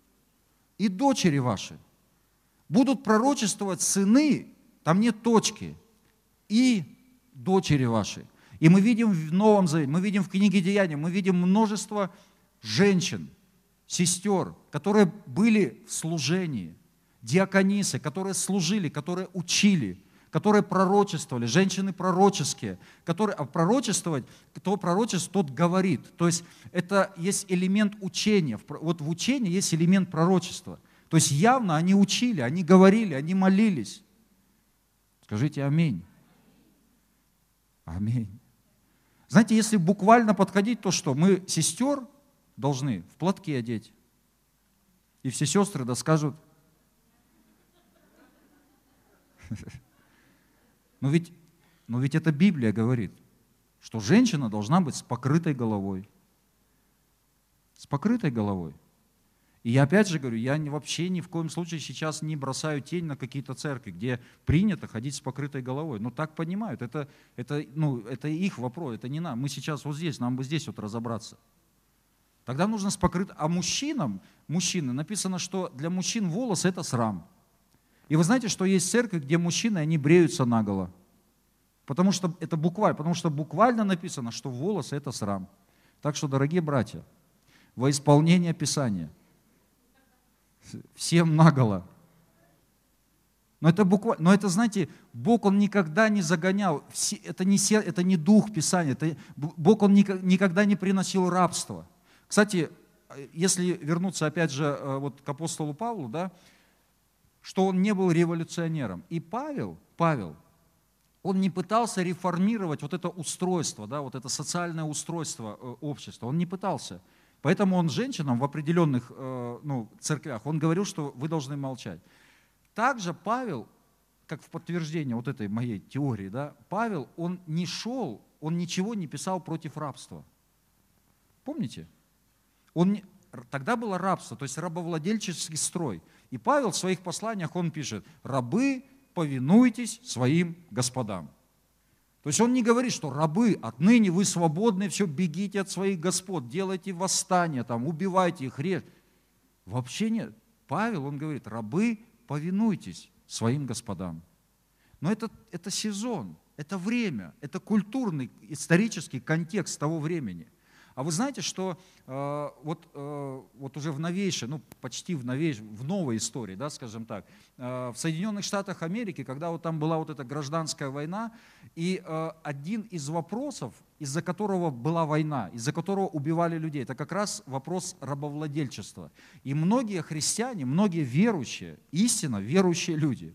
дочери ваши. Будут пророчествовать сыны, там нет точки, и дочери ваши. И мы видим в Новом Завете, мы видим в книге Деяний, мы видим множество женщин, сестер, которые были в служении, диаконисы, которые служили, которые учили, которые пророчествовали, женщины пророческие, которые пророчествовать, кто пророчествует, тот говорит. То есть это есть элемент учения. Вот в учении есть элемент пророчества. То есть явно они учили, они говорили, они молились. Скажите аминь. Аминь. Знаете, если буквально подходить, то что? Мы сестер должны в платки одеть. И все сестры скажут. Но ведь это Библия говорит, что женщина должна быть с покрытой головой. С покрытой головой. И я опять же говорю, я вообще ни в коем случае сейчас не бросаю тень на какие-то церкви, где принято ходить с покрытой головой. Но так понимают, это их вопрос, это не нам. Мы сейчас вот здесь, нам бы здесь вот разобраться. Тогда нужно с покрытой... А мужчины, написано, что для мужчин волос – это срам. И вы знаете, что есть церкви, где мужчины, они бреются наголо. Потому что буквально написано, что волосы – это срам. Так что, дорогие братья, во исполнение Писания – всем наголо. Но это, знаете, Бог, Он никогда не загонял, это не дух Писания, Бог, Он никогда не приносил рабство. Кстати, если вернуться опять же вот к апостолу Павлу, да, что он не был революционером. И Павел, он не пытался реформировать вот это устройство, да, вот это социальное устройство общества, он не пытался. Поэтому он женщинам в определенных церквях, он говорил, что вы должны молчать. Также Павел, как в подтверждение вот этой моей теории, да, Павел, он не шел, он ничего не писал против рабства. Помните? Тогда было рабство, то есть рабовладельческий строй. И Павел в своих посланиях, он пишет: рабы, повинуйтесь своим господам. То есть он не говорит, что рабы, отныне вы свободны, все, бегите от своих господ, делайте восстание, там, убивайте их, режьте. Вообще нет. Павел, он говорит: рабы, повинуйтесь своим господам. Но это сезон, это время, это культурный, исторический контекст того времени. А вы знаете, что вот уже в новейшей, почти в новой истории, да, скажем так, в Соединенных Штатах Америки, когда вот там была вот эта гражданская война, и один из вопросов, из-за которого была война, из-за которого убивали людей, это как раз вопрос рабовладельчества. И многие христиане, многие верующие, истинно верующие люди,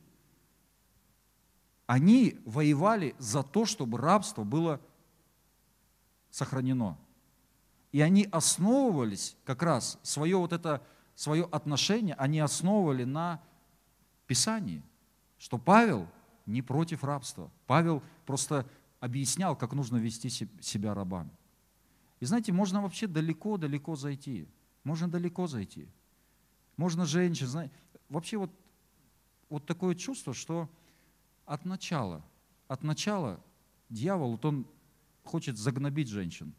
они воевали за то, чтобы рабство было сохранено. И они основывались, как раз свое отношение, они основывали на Писании, что Павел не против рабства. Павел просто объяснял, как нужно вести себя рабами. И знаете, можно вообще далеко-далеко зайти. Можно далеко зайти. Можно женщин, знаете, вообще вот такое чувство, что от начала дьявол, он хочет загнобить женщин.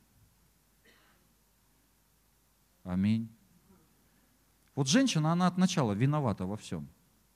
Аминь. Вот женщина, она от начала виновата во всем.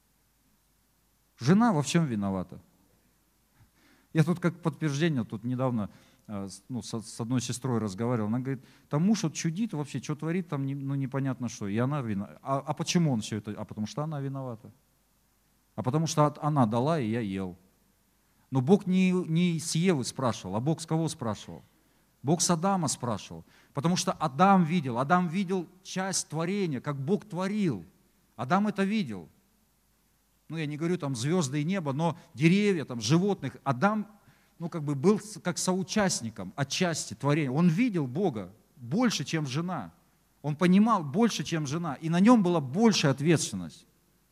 Жена во всем виновата. Я тут как подтверждение, тут недавно с одной сестрой разговаривал, она говорит: там муж вот чудит вообще, что творит там, непонятно что, и она виновата. А почему он все это? А потому что она виновата. А потому что она дала, и я ел. Но Бог не с Евы спрашивал, а Бог с кого спрашивал? Бог с Адама спрашивал, потому что Адам видел часть творения, как Бог творил. Адам это видел. Я не говорю там звезды и небо, но деревья, там, животных. Адам, был как соучастником отчасти творения. Он видел Бога больше, чем жена. Он понимал больше, чем жена. И на нем была большая ответственность.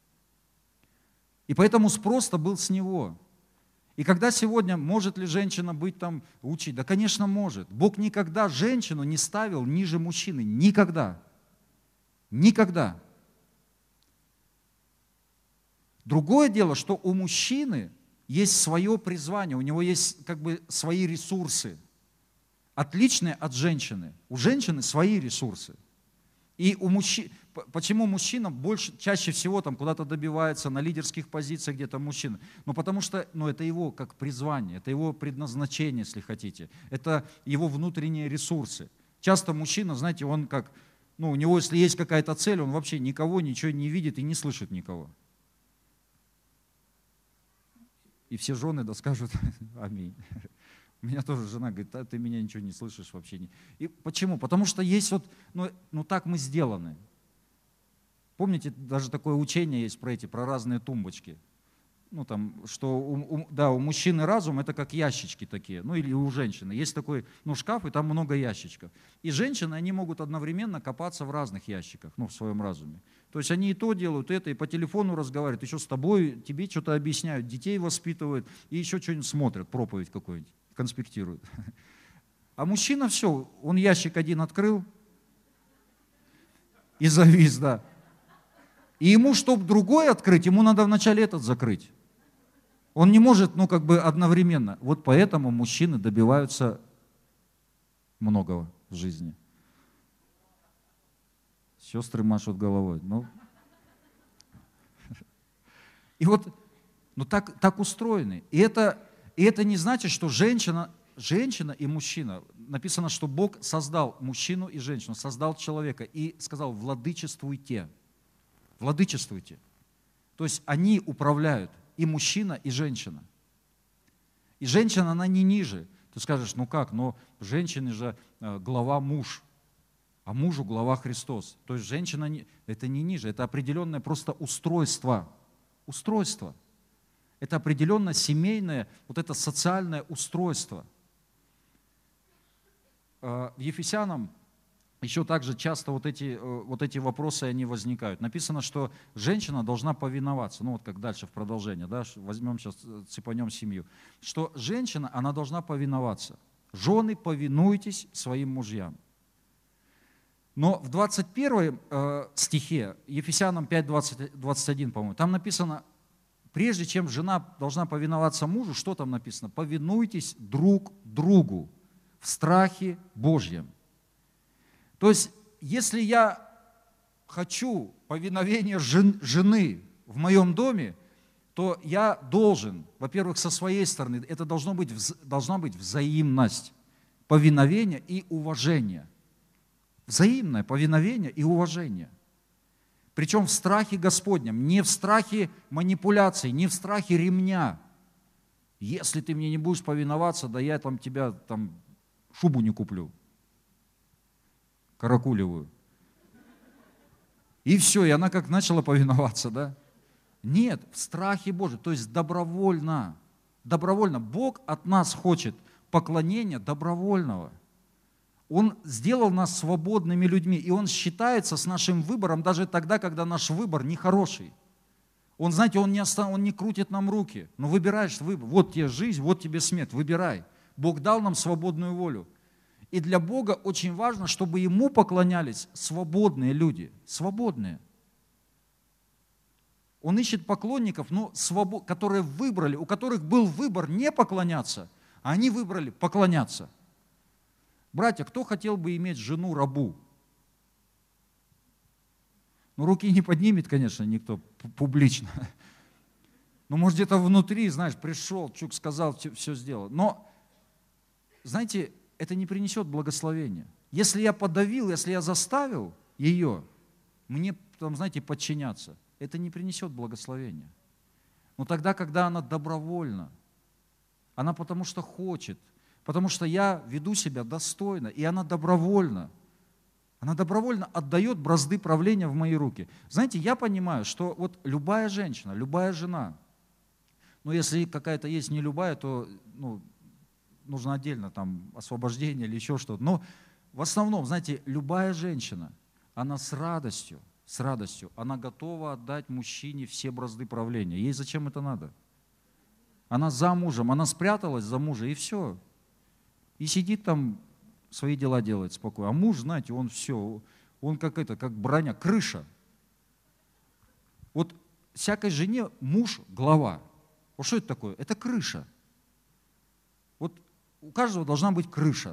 И поэтому спрос-то был с него. И когда сегодня, может ли женщина быть там, учить? Да, конечно, может. Бог никогда женщину не ставил ниже мужчины. Никогда. Никогда. Другое дело, что у мужчины есть свое призвание, у него есть свои ресурсы, отличные от женщины. У женщины свои ресурсы. И почему мужчина чаще всего там куда-то добивается на лидерских позициях где-то мужчина? Потому что это его как призвание, это его предназначение, если хотите. Это его внутренние ресурсы. Часто мужчина, знаете, он как, у него если есть какая-то цель, он вообще никого, ничего не видит и не слышит никого. И все жены скажут аминь. У меня тоже жена говорит: ты меня ничего не слышишь вообще. И почему? Потому что есть так мы сделаны. Помните, даже такое учение есть про разные тумбочки. Что у мужчины разум это как ящички такие, или у женщины. Есть такой шкаф, и там много ящичков. И женщины, они могут одновременно копаться в разных ящиках, в своем разуме. То есть они и то делают, и по телефону разговаривают, еще с тобой, тебе что-то объясняют, детей воспитывают, и еще что-нибудь смотрят, проповедь какую-нибудь, конспектируют. А мужчина все, он ящик один открыл и завис, да. И ему, чтобы другой открыть, ему надо вначале этот закрыть. Он не может, одновременно. Вот поэтому мужчины добиваются многого в жизни. Сестры машут головой. И так устроены. И это не значит, что женщина и мужчина. Написано, что Бог создал мужчину и женщину, создал человека и сказал: владычествуйте. Владычествуйте. То есть они управляют, и мужчина, и женщина. И женщина, она не ниже. Ты скажешь: женщине же глава муж, а мужу глава Христос. То есть женщина, это не ниже, это определенное просто устройство. Устройство. Это определенное семейное, это социальное устройство. В Ефесянам еще также часто вот эти вопросы, они возникают. Написано, что женщина должна повиноваться. Ну вот как дальше в продолжение, да, возьмем сейчас, цепанем семью. Что женщина, она должна повиноваться. Жены, повинуйтесь своим мужьям. Но в 21 стихе, Ефесянам 5, 21, по-моему, там написано, прежде чем жена должна повиноваться мужу, что там написано? Повинуйтесь друг другу в страхе Божьем. То есть, если я хочу повиновения жены в моем доме, то я должен, во-первых, со своей стороны, это должна быть взаимность, повиновение и уважение. Взаимное повиновение и уважение. Причем в страхе Господнем, не в страхе манипуляций, не в страхе ремня. Если ты мне не будешь повиноваться, да я тебя шубу не куплю. Каракулевую. И все, и она как начала повиноваться, да? Нет, в страхе Божьем, то есть добровольно. Добровольно. Бог от нас хочет поклонения добровольного. Он сделал нас свободными людьми, и Он считается с нашим выбором даже тогда, когда наш выбор нехороший. Он, знаете, Он не крутит нам руки, но выбираешь выбор. Вот тебе жизнь, вот тебе смерть, выбирай. Бог дал нам свободную волю. И для Бога очень важно, чтобы Ему поклонялись свободные люди, свободные. Он ищет поклонников, которые выбрали, у которых был выбор не поклоняться, а они выбрали поклоняться. Братья, кто хотел бы иметь жену-рабу? Руки не поднимет, конечно, никто публично. Но может где-то внутри, знаешь, пришел, чук сказал, все сделал. Но, знаете, это не принесет благословения. Если я подавил, если я заставил ее, мне, знаете, подчиняться, это не принесет благословения. Но тогда, когда она добровольна, она потому что хочет, потому что я веду себя достойно, и она добровольно отдает бразды правления в мои руки. Знаете, я понимаю, что вот любая женщина, любая жена, если какая-то есть не любая, то нужно отдельно освобождение или еще что-то. Но в основном, знаете, любая женщина, она с радостью, она готова отдать мужчине все бразды правления. Ей зачем это надо? Она за мужем, она спряталась за мужа, и все. И сидит там, свои дела делает спокойно. А муж, знаете, он все, он как броня, крыша. Вот всякой жене муж глава. Вот что это такое? Это крыша. Вот у каждого должна быть крыша.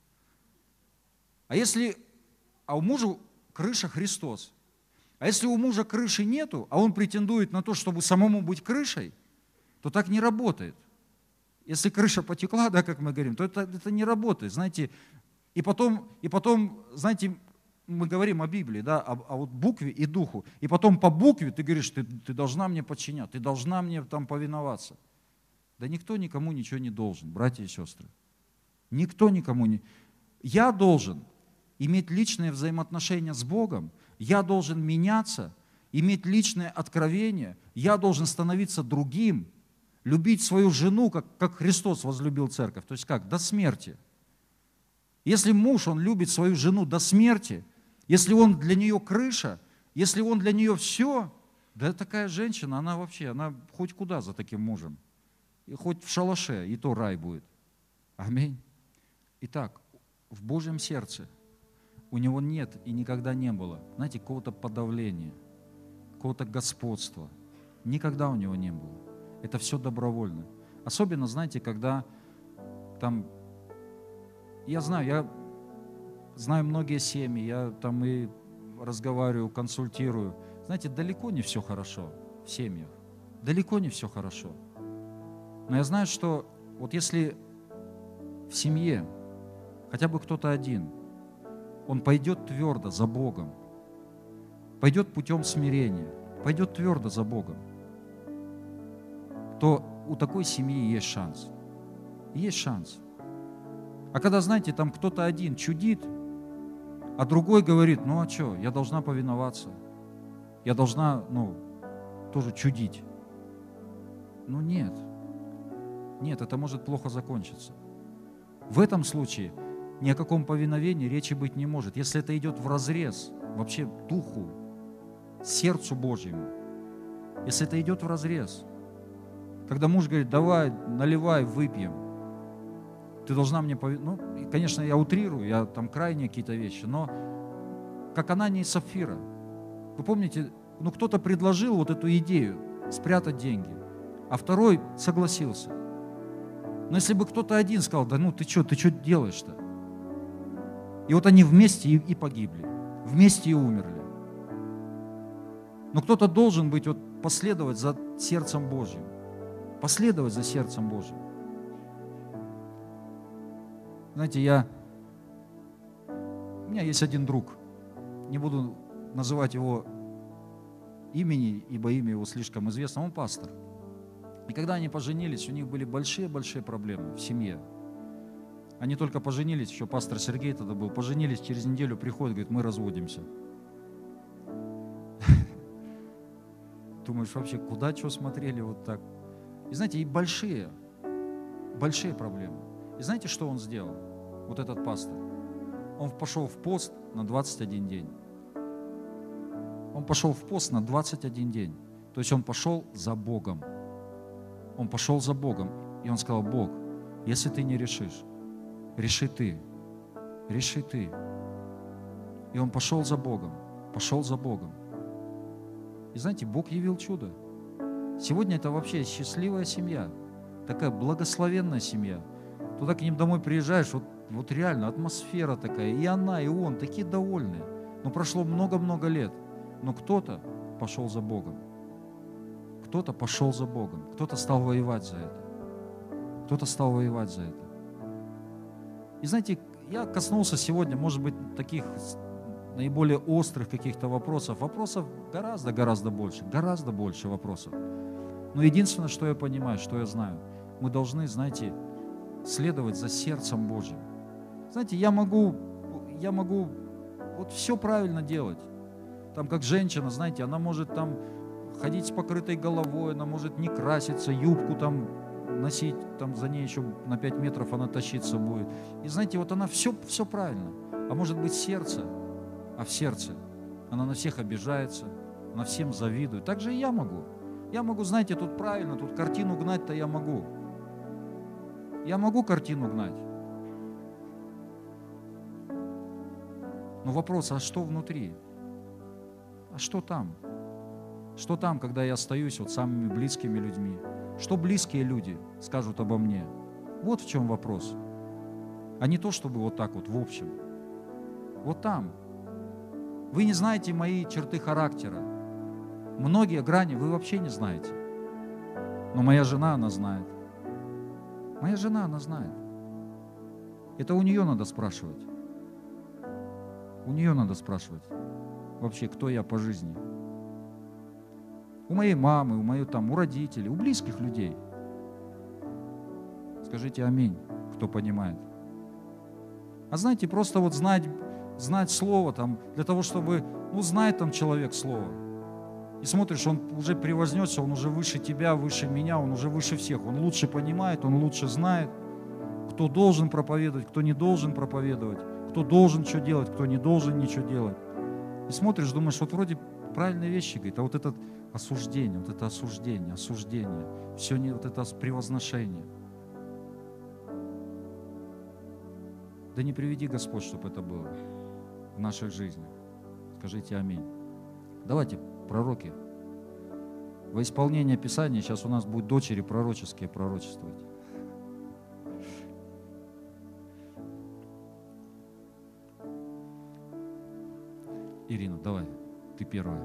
А у мужа крыша Христос. А если у мужа крыши нету, а он претендует на то, чтобы самому быть крышей, то так не работает. Если крыша потекла, да, как мы говорим, то это не работает, знаете. И потом, знаете, мы говорим о Библии, да, о вот букве и духу. И потом по букве ты говоришь, ты должна мне подчиняться, ты должна мне повиноваться. Да никто никому ничего не должен, братья и сестры. Никто никому не... Я должен иметь личные взаимоотношения с Богом, я должен меняться, иметь личное откровение, я должен становиться другим, любить свою жену, как Христос возлюбил церковь. То есть как? До смерти. Если муж, он любит свою жену до смерти, если он для нее крыша, если он для нее все, да такая женщина, она хоть куда за таким мужем. И хоть в шалаше, и то рай будет. Аминь. Итак, в Божьем сердце у него нет и никогда не было, знаете, какого-то подавления, какого-то господства. Никогда у него не было. Это все добровольно. Особенно, знаете, когда я знаю многие семьи, я и разговариваю, консультирую. Знаете, далеко не все хорошо в семьях. Далеко не все хорошо. Но я знаю, что вот если в семье хотя бы кто-то один, он пойдет твердо за Богом, пойдет путем смирения, пойдет твердо за Богом, то у такой семьи есть шанс. Есть шанс. А когда, знаете, там кто-то один чудит, а другой говорит, ну а что, я должна повиноваться, я должна, тоже чудить. Нет, это может плохо закончиться. В этом случае ни о каком повиновении речи быть не может. Если это идет вразрез вообще духу, сердцу Божьему, если это идет вразрез, когда муж говорит, давай, наливай, выпьем, ты должна мне повиноваться. Ну, конечно, я утрирую, я там крайние какие-то вещи, но как Анания и Сапфира. Вы помните, ну кто-то предложил вот эту идею спрятать деньги, а второй согласился. Но если бы кто-то один сказал, да ну ты что делаешь-то? И вот они вместе и погибли, вместе и умерли. Но кто-то должен быть, вот последовать за сердцем Божьим, последовать за сердцем Божьим. Знаете, у меня есть один друг, не буду называть его имени, ибо имя его слишком известно, он пастор. И когда они поженились, у них были большие-большие проблемы в семье. Они только поженились, еще пастор Сергей тогда был, поженились, через неделю приходит, говорит, мы разводимся. Думаешь, вообще, куда что смотрели вот так? И знаете, и большие проблемы. И знаете, что он сделал, вот этот пастор? Он пошел в пост на 21 день. Он пошел в пост на 21 день. То есть он пошел за Богом. Он пошел за Богом. И он сказал, Бог, если ты не решишь, реши ты. Реши ты. И он пошел за Богом. Пошел за Богом. И знаете, Бог явил чудо. Сегодня это вообще счастливая семья. Такая благословенная семья. Туда к ним домой приезжаешь, вот реально атмосфера такая. И она, и он такие довольные. Но прошло много-много лет. Но кто-то пошел за Богом. Кто-то пошел за Богом. Кто-то стал воевать за это. Кто-то стал воевать за это. И знаете, я коснулся сегодня, может быть, таких наиболее острых каких-то вопросов. Вопросов гораздо больше вопросов. Но единственное, что я понимаю, что я знаю, мы должны, знаете, следовать за сердцем Божьим. Знаете, я могу вот все правильно делать. Там как женщина, знаете, она может там ходить с покрытой головой, она может не краситься, юбку там носить, там за ней еще на 5 метров она тащиться будет. И знаете, вот она все правильно. А может быть сердце, а в сердце она на всех обижается, она всем завидует. Так же и я могу. Я могу, знаете, тут правильно, тут картину гнать-то я могу. Я могу картину гнать. Но вопрос, а что внутри? А что там? Что там, когда я остаюсь вот с самыми близкими людьми? Что близкие люди скажут обо мне? Вот в чем вопрос. А не то, чтобы вот так вот в общем. Вот там. Вы не знаете мои черты характера. Многие грани вы вообще не знаете. Но моя жена, она знает. Моя жена, она знает. Это у нее надо спрашивать. У нее надо спрашивать. Вообще, кто я по жизни. У моей мамы, у родителей, у близких людей. Скажите аминь, кто понимает. А знаете, просто вот знать слово там, для того, чтобы, знает там человек слово. И смотришь, он уже превознесся, он уже выше тебя, выше меня, он уже выше всех. Он лучше понимает, он лучше знает, кто должен проповедовать, кто не должен проповедовать, кто должен что делать, кто не должен ничего делать. И смотришь, думаешь, вот вроде правильные вещи говорит, а вот это осуждение, все не вот это превозношение. Да не приведи Господь, чтобы это было в наших жизнях. Скажите аминь. Давайте, пророки, во исполнение Писания сейчас у нас будут дочери пророческие пророчествовать. Ирина, давай, ты первая.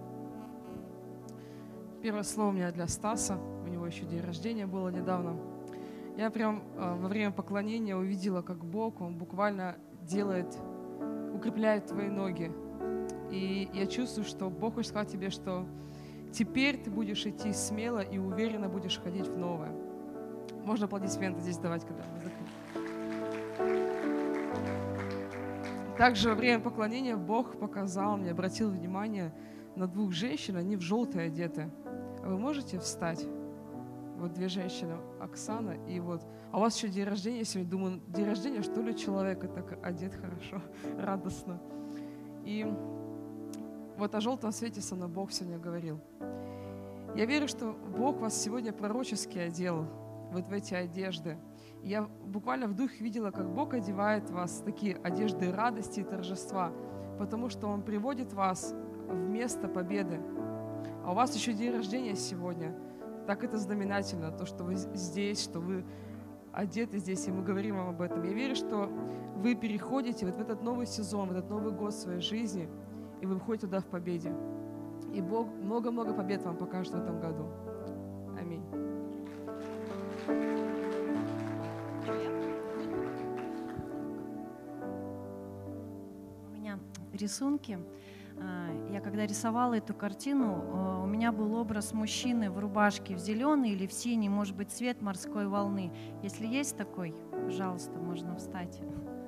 Первое слово у меня для Стаса. У него еще день рождения было недавно. Я прям во время поклонения увидела, как Бог, Он буквально укрепляет твои ноги. И я чувствую, что Бог хочет сказать тебе, что теперь ты будешь идти смело и уверенно будешь ходить в новое. Можно аплодисменты здесь давать, когда мы закрыли. Также во время поклонения Бог показал мне, обратил внимание на 2 женщин, они в желтое одеты. А вы можете встать? вот две женщины, Оксана и вот, а у вас еще день рождения сегодня, думаю, день рождения, что ли, человека так одет хорошо, радостно. И вот о желтом свете со мной Бог сегодня говорил. Я верю, что Бог вас сегодня пророчески одел вот в эти одежды. И я буквально в духе видела, как Бог одевает вас в такие одежды радости и торжества, потому что Он приводит вас в место победы. А у вас еще день рождения сегодня. Так это знаменательно, то, что вы здесь, что вы одеты здесь, и мы говорим вам об этом. Я верю, что вы переходите вот в этот новый сезон, в этот Новый год своей жизни, и вы выходите туда в победе. И Бог много-много побед вам покажет в этом году. Аминь. У меня рисунки. Я когда рисовала эту картину, у меня был образ мужчины в рубашке в зеленый или в синий, может быть, цвет морской волны. Если есть такой, пожалуйста, можно встать.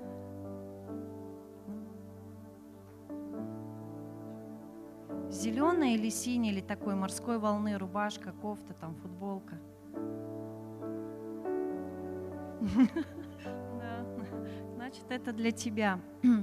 Зеленый или синий, или такой морской волны, рубашка, кофта, там, футболка. Да, значит, это для тебя.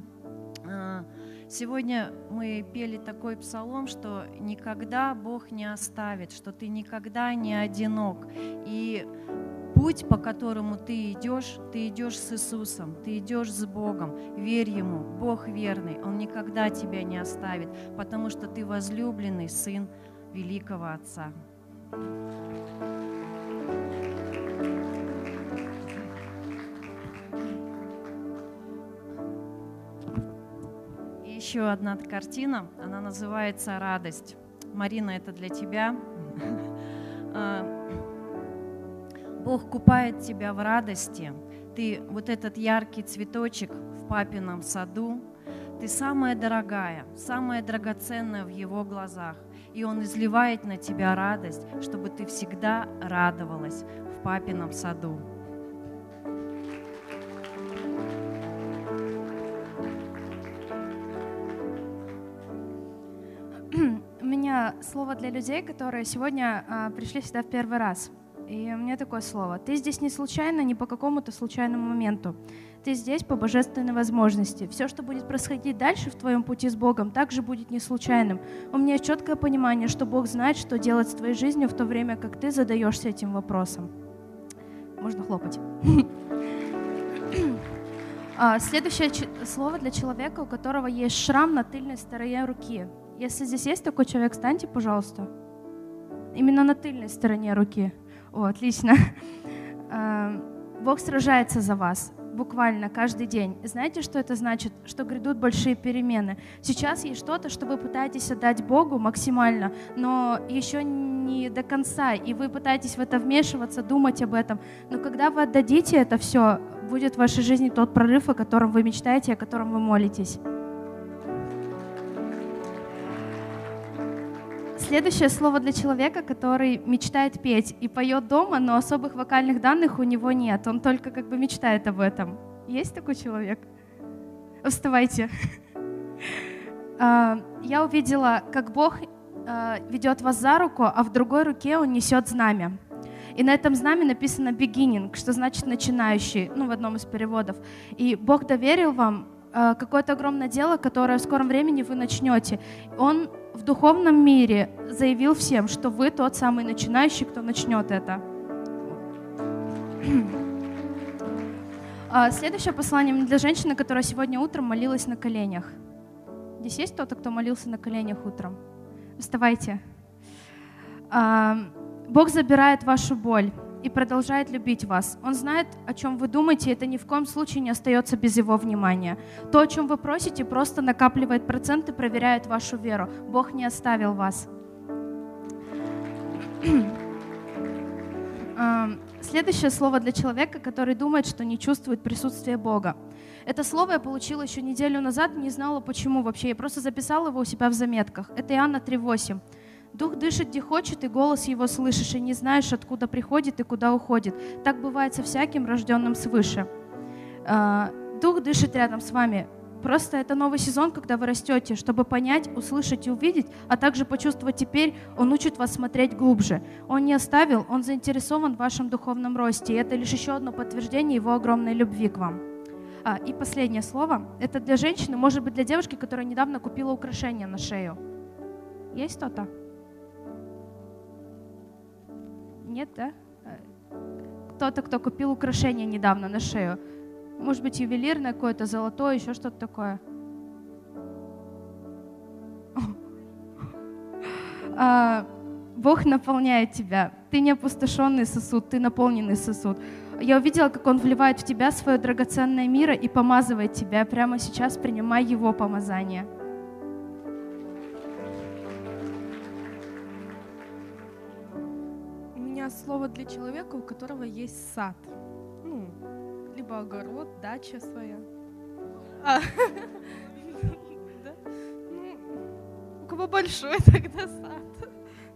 Сегодня мы пели такой псалом, что никогда Бог не оставит, что ты никогда не одинок. И путь, по которому ты идешь с Иисусом, ты идешь с Богом. Верь Ему, Бог верный, Он никогда тебя не оставит, потому что ты возлюбленный сын великого Отца. Еще одна картина, она называется «Радость». Марина, это для тебя. Бог купает тебя в радости. Ты вот этот яркий цветочек в папином саду. Ты самая дорогая, самая драгоценная в Его глазах. И Он изливает на тебя радость, чтобы ты всегда радовалась в папином саду. У меня слово для людей, которые сегодня пришли сюда в первый раз. И у меня такое слово. Ты здесь не случайно, не по какому-то случайному моменту. Ты здесь по божественной возможности. Все, что будет происходить дальше в твоем пути с Богом, также будет не случайным. У меня есть четкое понимание, что Бог знает, что делать с твоей жизнью в то время, как ты задаешься этим вопросом. Можно хлопать. Следующее слово для человека, у которого есть шрам на тыльной стороне руки. Если здесь есть такой человек, встаньте, пожалуйста. Именно на тыльной стороне руки. О, отлично. Бог сражается за вас. Буквально каждый день. Знаете, что это значит? Что грядут большие перемены. Сейчас есть что-то, что вы пытаетесь отдать Богу максимально, но еще не до конца, и вы пытаетесь в это вмешиваться, думать об этом. Но когда вы отдадите это все, будет в вашей жизни тот прорыв, о котором вы мечтаете, о котором вы молитесь. Следующее слово для человека, который мечтает петь и поет дома, но особых вокальных данных у него нет. Он только как бы мечтает об этом. Есть такой человек? Вставайте. Я увидела, как Бог ведет вас за руку, а в другой руке Он несет знамя. И на этом знаме написано «beginning», что значит «начинающий», в одном из переводов. И Бог доверил вам какое-то огромное дело, которое в скором времени вы начнете. Он в духовном мире заявил всем, что вы тот самый начинающий, кто начнет это. Следующее послание для женщины, которая сегодня утром молилась на коленях. Здесь есть кто-то, кто молился на коленях утром? Вставайте. Бог забирает вашу боль и продолжает любить вас. Он знает, о чем вы думаете, и это ни в коем случае не остается без Его внимания. То, о чем вы просите, просто накапливает проценты, проверяет вашу веру. Бог не оставил вас. Следующее слово для человека, который думает, что не чувствует присутствие Бога. Это слово я получила еще неделю назад, не знала почему вообще. Я просто записала его у себя в заметках. Это Иоанна 3:8. Дух дышит, где хочет, и голос Его слышишь, и не знаешь, откуда приходит и куда уходит. Так бывает со всяким, рожденным свыше. Дух дышит рядом с вами. Просто это новый сезон, когда вы растете, чтобы понять, услышать и увидеть, а также почувствовать теперь, Он учит вас смотреть глубже. Он не оставил, Он заинтересован в вашем духовном росте, и это лишь еще одно подтверждение Его огромной любви к вам. И последнее слово. Это для женщины, может быть, для девушки, которая недавно купила украшение на шею. Есть кто-то? Нет, да? Кто-то, кто купил украшение недавно на шею. Может быть, ювелирное какое-то, золотое, еще что-то такое. Бог наполняет тебя. Ты не опустошенный сосуд, ты наполненный сосуд. Я увидела, как Он вливает в тебя свое драгоценное мира и помазывает тебя. Прямо сейчас принимай Его помазание. У меня слово для человека, у которого есть сад. Либо огород, дача своя. Да? У кого большой, тогда сад.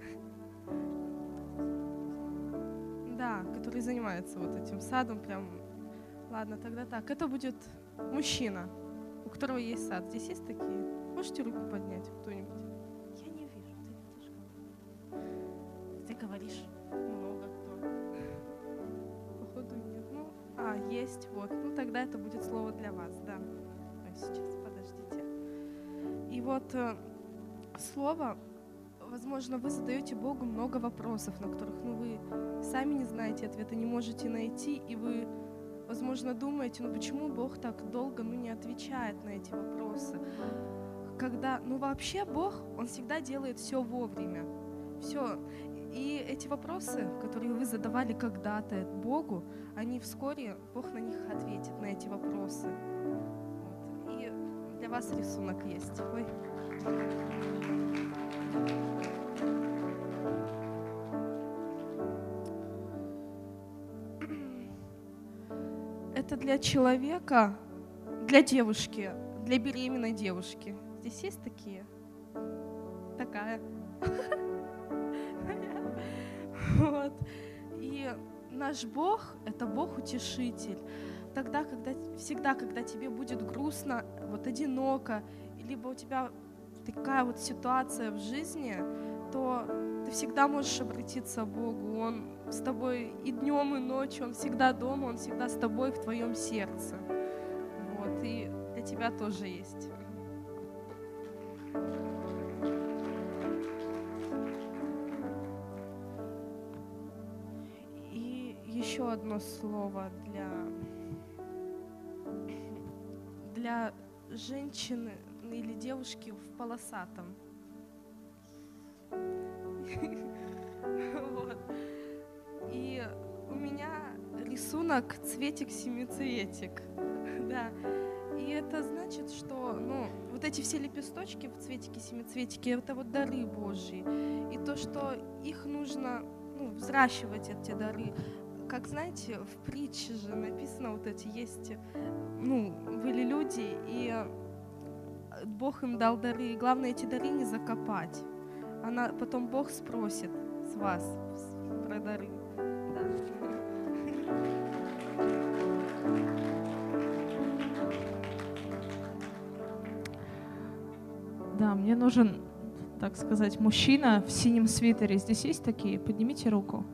Да, который занимается вот этим садом прям. Ладно, тогда так. Это будет мужчина, у которого есть сад. Здесь есть такие? Можете руку поднять кто-нибудь? Я не вижу, ты видишь? Ты говоришь много кто. Походу нет. Есть, вот. Тогда это будет слово для вас, да. Сейчас, подождите. И вот слово, возможно, вы задаете Богу много вопросов, на которых, вы сами не знаете ответа, не можете найти, и вы, возможно, думаете, почему Бог так долго, не отвечает на эти вопросы. Когда, вообще Бог, Он всегда делает все вовремя. Все. И эти вопросы, которые вы задавали когда-то Богу, они вскоре, Бог на них ответит, на эти вопросы. Вот. И для вас рисунок есть. Ой. Это для человека, для девушки, для беременной девушки. Здесь есть такие? Такая. Вот. И наш Бог — это Бог-утешитель. Тогда, когда тебе будет грустно, одиноко, либо у тебя такая ситуация в жизни, то ты всегда можешь обратиться к Богу. Он с тобой и днем, и ночью, Он всегда дома, Он всегда с тобой в твоем сердце. Вот. И для тебя тоже есть. Еще одно слово для женщины или девушки в полосатом. Вот. И у меня рисунок цветик-семицветик. Да. И это значит, что вот эти все лепесточки в цветике-семицветике — это дары Божьи. И то, что их нужно взращивать, эти дары. Как знаете, в притче же написано есть, были люди, и Бог им дал дары. И главное, эти дары не закопать. Потом Бог спросит с вас про дары. Да, мне нужен, так сказать, мужчина в синем свитере. Здесь есть такие? Поднимите руку.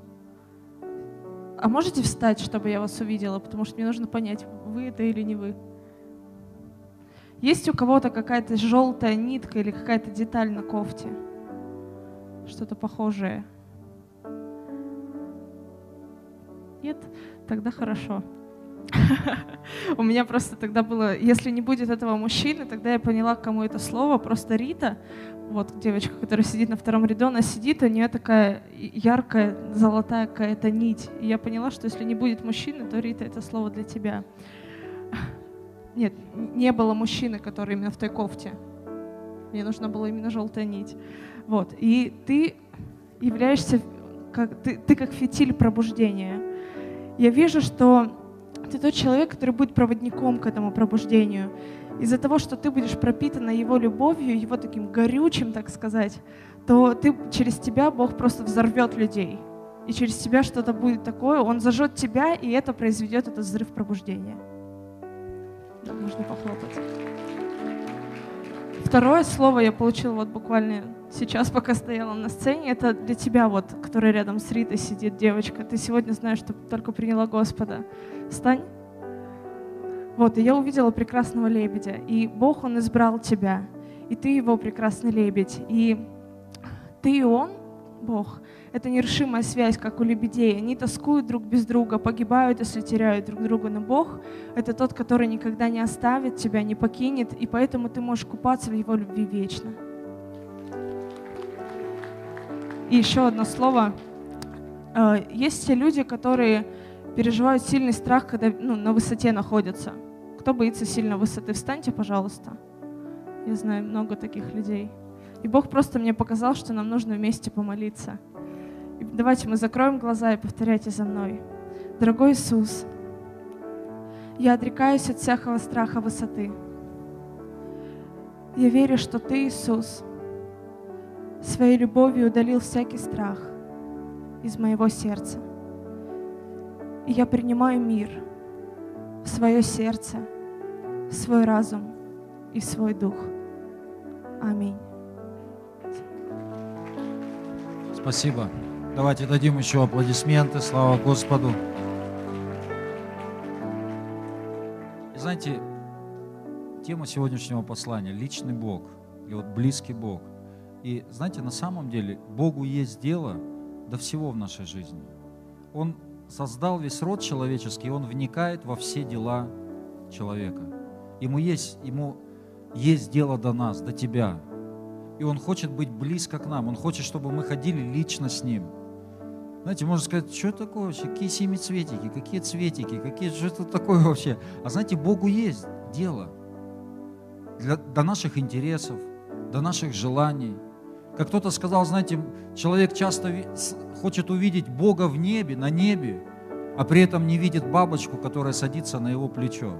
А можете встать, чтобы я вас увидела? Потому что мне нужно понять, вы это или не вы. Есть у кого-то какая-то желтая нитка или какая-то деталь на кофте? Что-то похожее? Нет? Тогда хорошо. У меня просто тогда было, если не будет этого мужчины, тогда я поняла, к кому это слово. Просто Рита, вот девочка, которая сидит на втором ряду, она сидит, у нее такая яркая, золотая какая-то нить. И я поняла, что если не будет мужчины, то Рита, это слово для тебя. Нет, не было мужчины, который именно в той кофте. Мне нужна была именно желтая нить. Вот. И ты являешься, ты как фитиль пробуждения. Я вижу, что ты тот человек, который будет проводником к этому пробуждению. Из-за того, что ты будешь пропитана Его любовью, Его таким горючим, так сказать, то через тебя Бог просто взорвет людей. И через тебя что-то будет такое, Он зажжет тебя, и это произведет этот взрыв пробуждения. Да, можно похлопать. Второе слово я получила вот буквально сейчас, пока стояла на сцене. Это для тебя, вот, которая рядом с Ритой сидит, девочка. Ты сегодня знаешь, что только приняла Господа. Встань. Вот, и я увидела прекрасного лебедя. И Бог, Он избрал тебя. И ты Его прекрасный лебедь. И ты и Он, Бог, это нерешимая связь, как у лебедей. Они тоскуют друг без друга, погибают, если теряют друг друга. Но Бог — это тот, который никогда не оставит тебя, не покинет, и поэтому ты можешь купаться в Его любви вечно. И еще одно слово. Есть те люди, которые переживают сильный страх, когда на высоте находятся. Кто боится сильно высоты? Встаньте, пожалуйста. Я знаю много таких людей. И Бог просто мне показал, что нам нужно вместе помолиться. И давайте мы закроем глаза и повторяйте за мной. Дорогой Иисус, я отрекаюсь от всякого страха высоты. Я верю, что Ты, Иисус, своей любовью удалил всякий страх из моего сердца. И я принимаю мир в свое сердце, в свой разум и в свой дух. Аминь. Спасибо. Давайте дадим еще аплодисменты. Слава Господу. И знаете, тема сегодняшнего послания — личный Бог, или вот близкий Бог. И знаете, на самом деле Богу есть дело до всего в нашей жизни. Он создал весь род человеческий, Он вникает во все дела человека. Ему есть дело до нас, до тебя. И Он хочет быть близко к нам. Он хочет, чтобы мы ходили лично с Ним. Знаете, можно сказать, что такое вообще? Какие семицветики, какие цветики, что это такое вообще? А знаете, Богу есть дело до наших интересов, до наших желаний. Как кто-то сказал, знаете, человек часто хочет увидеть Бога в небе, на небе, а при этом не видит бабочку, которая садится на его плечо.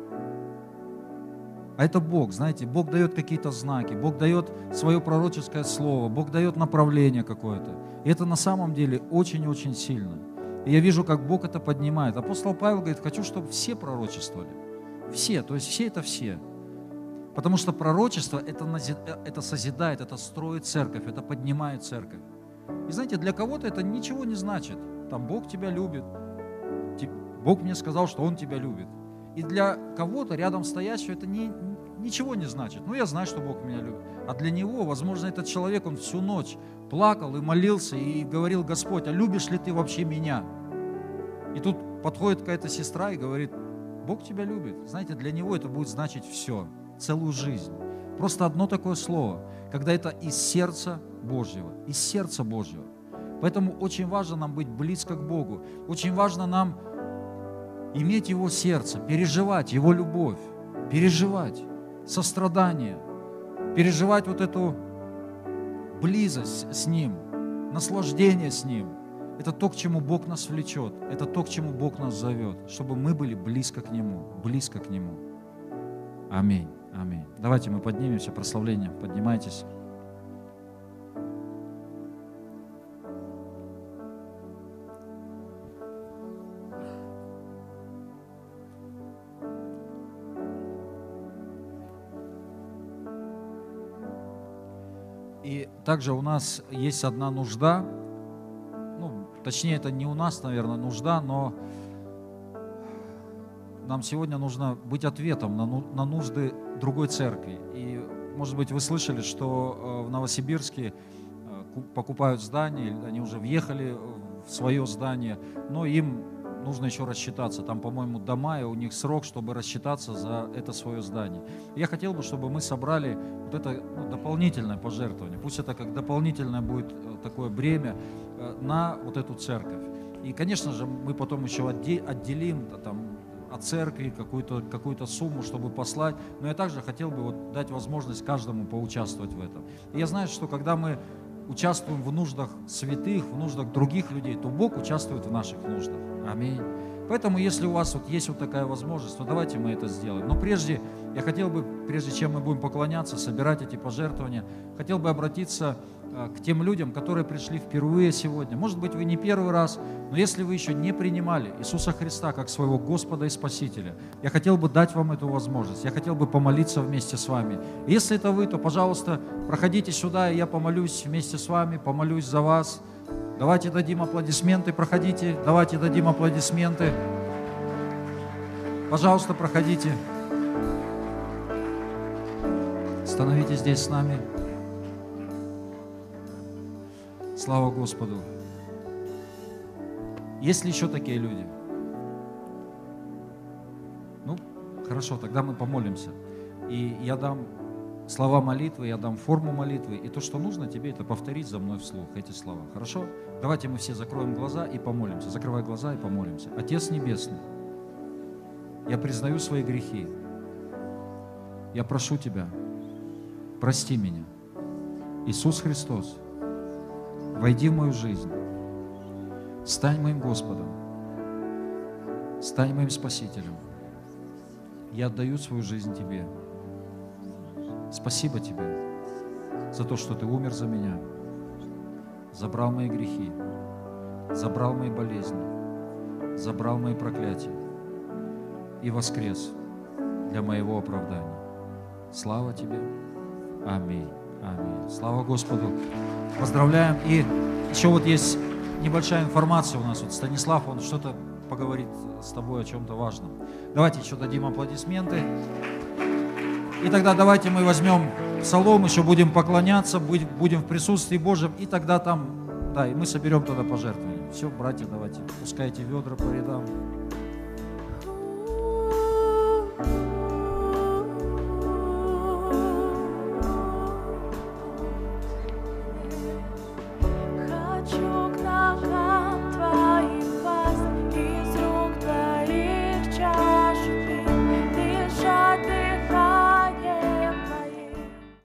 А это Бог, знаете, Бог дает какие-то знаки, Бог дает свое пророческое слово, Бог дает направление какое-то. И это на самом деле очень-очень сильно. И я вижу, как Бог это поднимает. Апостол Павел говорит, хочу, чтобы все пророчествовали. Все, то есть все это все. Потому что пророчество это созидает, это строит церковь, это поднимает церковь. И знаете, для кого-то это ничего не значит. Там Бог тебя любит, Бог мне сказал, что Он тебя любит. И для кого-то рядом стоящего это ничего не значит. Ну, я знаю, что Бог меня любит. А для него, возможно, этот человек, он всю ночь плакал и молился, и говорил, Господь, а любишь ли ты вообще меня? И тут подходит какая-то сестра и говорит, Бог тебя любит. Знаете, для него это будет значить все, целую жизнь. Просто одно такое слово, когда это из сердца Божьего, из сердца Божьего. Поэтому очень важно нам быть близко к Богу. Очень важно нам иметь Его сердце, переживать Его любовь, переживать сострадание, переживать вот эту близость с Ним, наслаждение с Ним. Это то, к чему Бог нас влечет, это то, к чему Бог нас зовет, чтобы мы были близко к Нему, близко к Нему. Аминь, аминь. Давайте мы поднимемся, прославление, поднимайтесь. И также у нас есть одна нужда, точнее, это не у нас, наверное, нужда, но нам сегодня нужно быть ответом на нужды другой церкви. И, может быть, вы слышали, что в Новосибирске покупают здание, они уже въехали в свое здание, но им нужно еще рассчитаться. Там, по-моему, до мая у них срок, чтобы рассчитаться за это свое здание. И я хотел бы, чтобы мы собрали вот это дополнительное пожертвование. Пусть это как дополнительное будет такое бремя на вот эту церковь. И, конечно же, мы потом еще отделим там от церкви какую-то сумму, чтобы послать. Но я также хотел бы дать возможность каждому поучаствовать в этом. И я знаю, что когда мы участвуем в нуждах святых, в нуждах других людей, то Бог участвует в наших нуждах. Аминь. Поэтому, если у вас есть такая возможность, то давайте мы это сделаем. Но прежде, я хотел бы, прежде чем мы будем поклоняться, собирать эти пожертвования, хотел бы обратиться к тем людям, которые пришли впервые сегодня. Может быть, вы не первый раз, но если вы еще не принимали Иисуса Христа как своего Господа и Спасителя, я хотел бы дать вам эту возможность. Я хотел бы помолиться вместе с вами. Если это вы, то, пожалуйста, проходите сюда, и я помолюсь вместе с вами, помолюсь за вас. Давайте дадим аплодисменты, проходите, давайте дадим аплодисменты. Пожалуйста, проходите. Становитесь здесь с нами. Слава Господу. Есть ли еще такие люди? Ну, хорошо, тогда мы помолимся. И я дам слова молитвы, я дам форму молитвы. И то, что нужно тебе, это повторить за мной вслух эти слова. Хорошо? Давайте мы все закроем глаза и помолимся. Закрывай глаза и помолимся. Отец Небесный, я признаю свои грехи. Я прошу Тебя, прости меня. Иисус Христос, войди в мою жизнь. Стань моим Господом. Стань моим Спасителем. Я отдаю свою жизнь Тебе. Спасибо Тебе за то, что Ты умер за меня, забрал мои грехи, забрал мои болезни, забрал мои проклятия и воскрес для моего оправдания. Слава Тебе. Аминь. Аминь. Слава Господу. Поздравляем. И еще вот есть небольшая информация у нас. Вот Станислав, он что-то поговорит с тобой о чем-то важном. Давайте еще дадим аплодисменты. И тогда давайте мы возьмем псалом, еще будем поклоняться, будем в присутствии Божьем, и тогда там, да, и мы соберем тогда пожертвования. Все, братья, давайте, пускайте ведра по рядам.